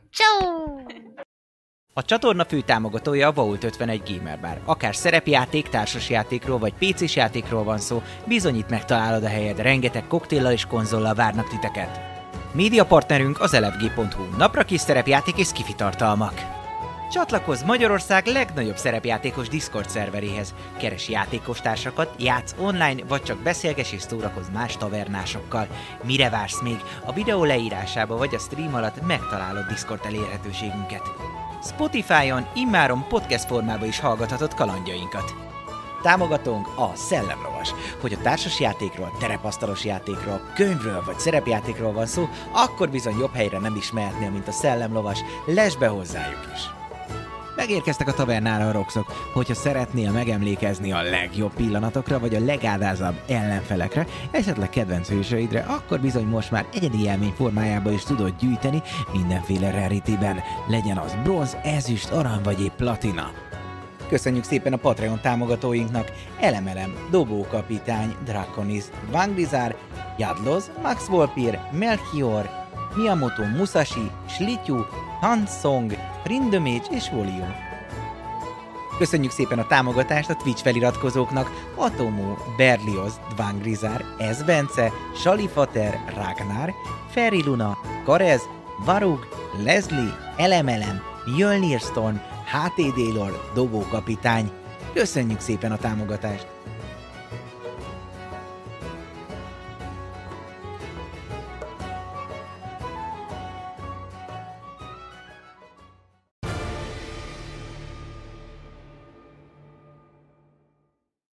A csatorna fő támogatója a Vault 51 Gamer Bar. Akár szerepjáték, társasjátékról vagy PC-s játékról van szó, bizonyít megtalálod a helyed, rengeteg koktéllal és konzollal várnak titeket. Média partnerünk az elefg.hu, napra kis szerepjáték és skifi tartalmak. Csatlakozz Magyarország legnagyobb szerepjátékos Discord szerveréhez. Keres játékostársakat, játsz online, vagy csak beszélges és szórakozz más tavernásokkal. Mire vársz még? A videó leírásába vagy a stream alatt megtalálod Discord elérhetőségünket. Spotify-on immáron podcast formában is hallgathatod kalandjainkat. Támogatónk a Szellemlovas. Hogy a társasjátékról, terepasztalos játékról, könyvről vagy szerepjátékról van szó, akkor bizony jobb helyre nem is mehetnél, mint a Szellemlovas. Lesz be hozzájuk is! Megérkeztek a tavernára a roxok, hogyha szeretnél megemlékezni a legjobb pillanatokra, vagy a legádázabb ellenfelekre, esetleg kedvenc hősöidre, akkor bizony most már egyedi élmény formájában is tudod gyűjteni mindenféle rarityben, legyen az bronz, ezüst, arany vagy épp platina. Köszönjük szépen a Patreon támogatóinknak: Elemelem, Dobókapitány, Draconis, Vangrizár, Jadloz, Max Volpir, Melchior, Miyamoto Musashi, Slityu, Hansong, Rindömécs és Volium. Köszönjük szépen a támogatást a Twitch feliratkozóknak: Atomo, Berlioz, Dvangrizár, Ez Bence, Salifater, Ragnar, Feri Luna, Karez, Varug, Leslie, Elemelem, Jölnir Storm, HTD Lord, Dobókapitány. Köszönjük szépen a támogatást!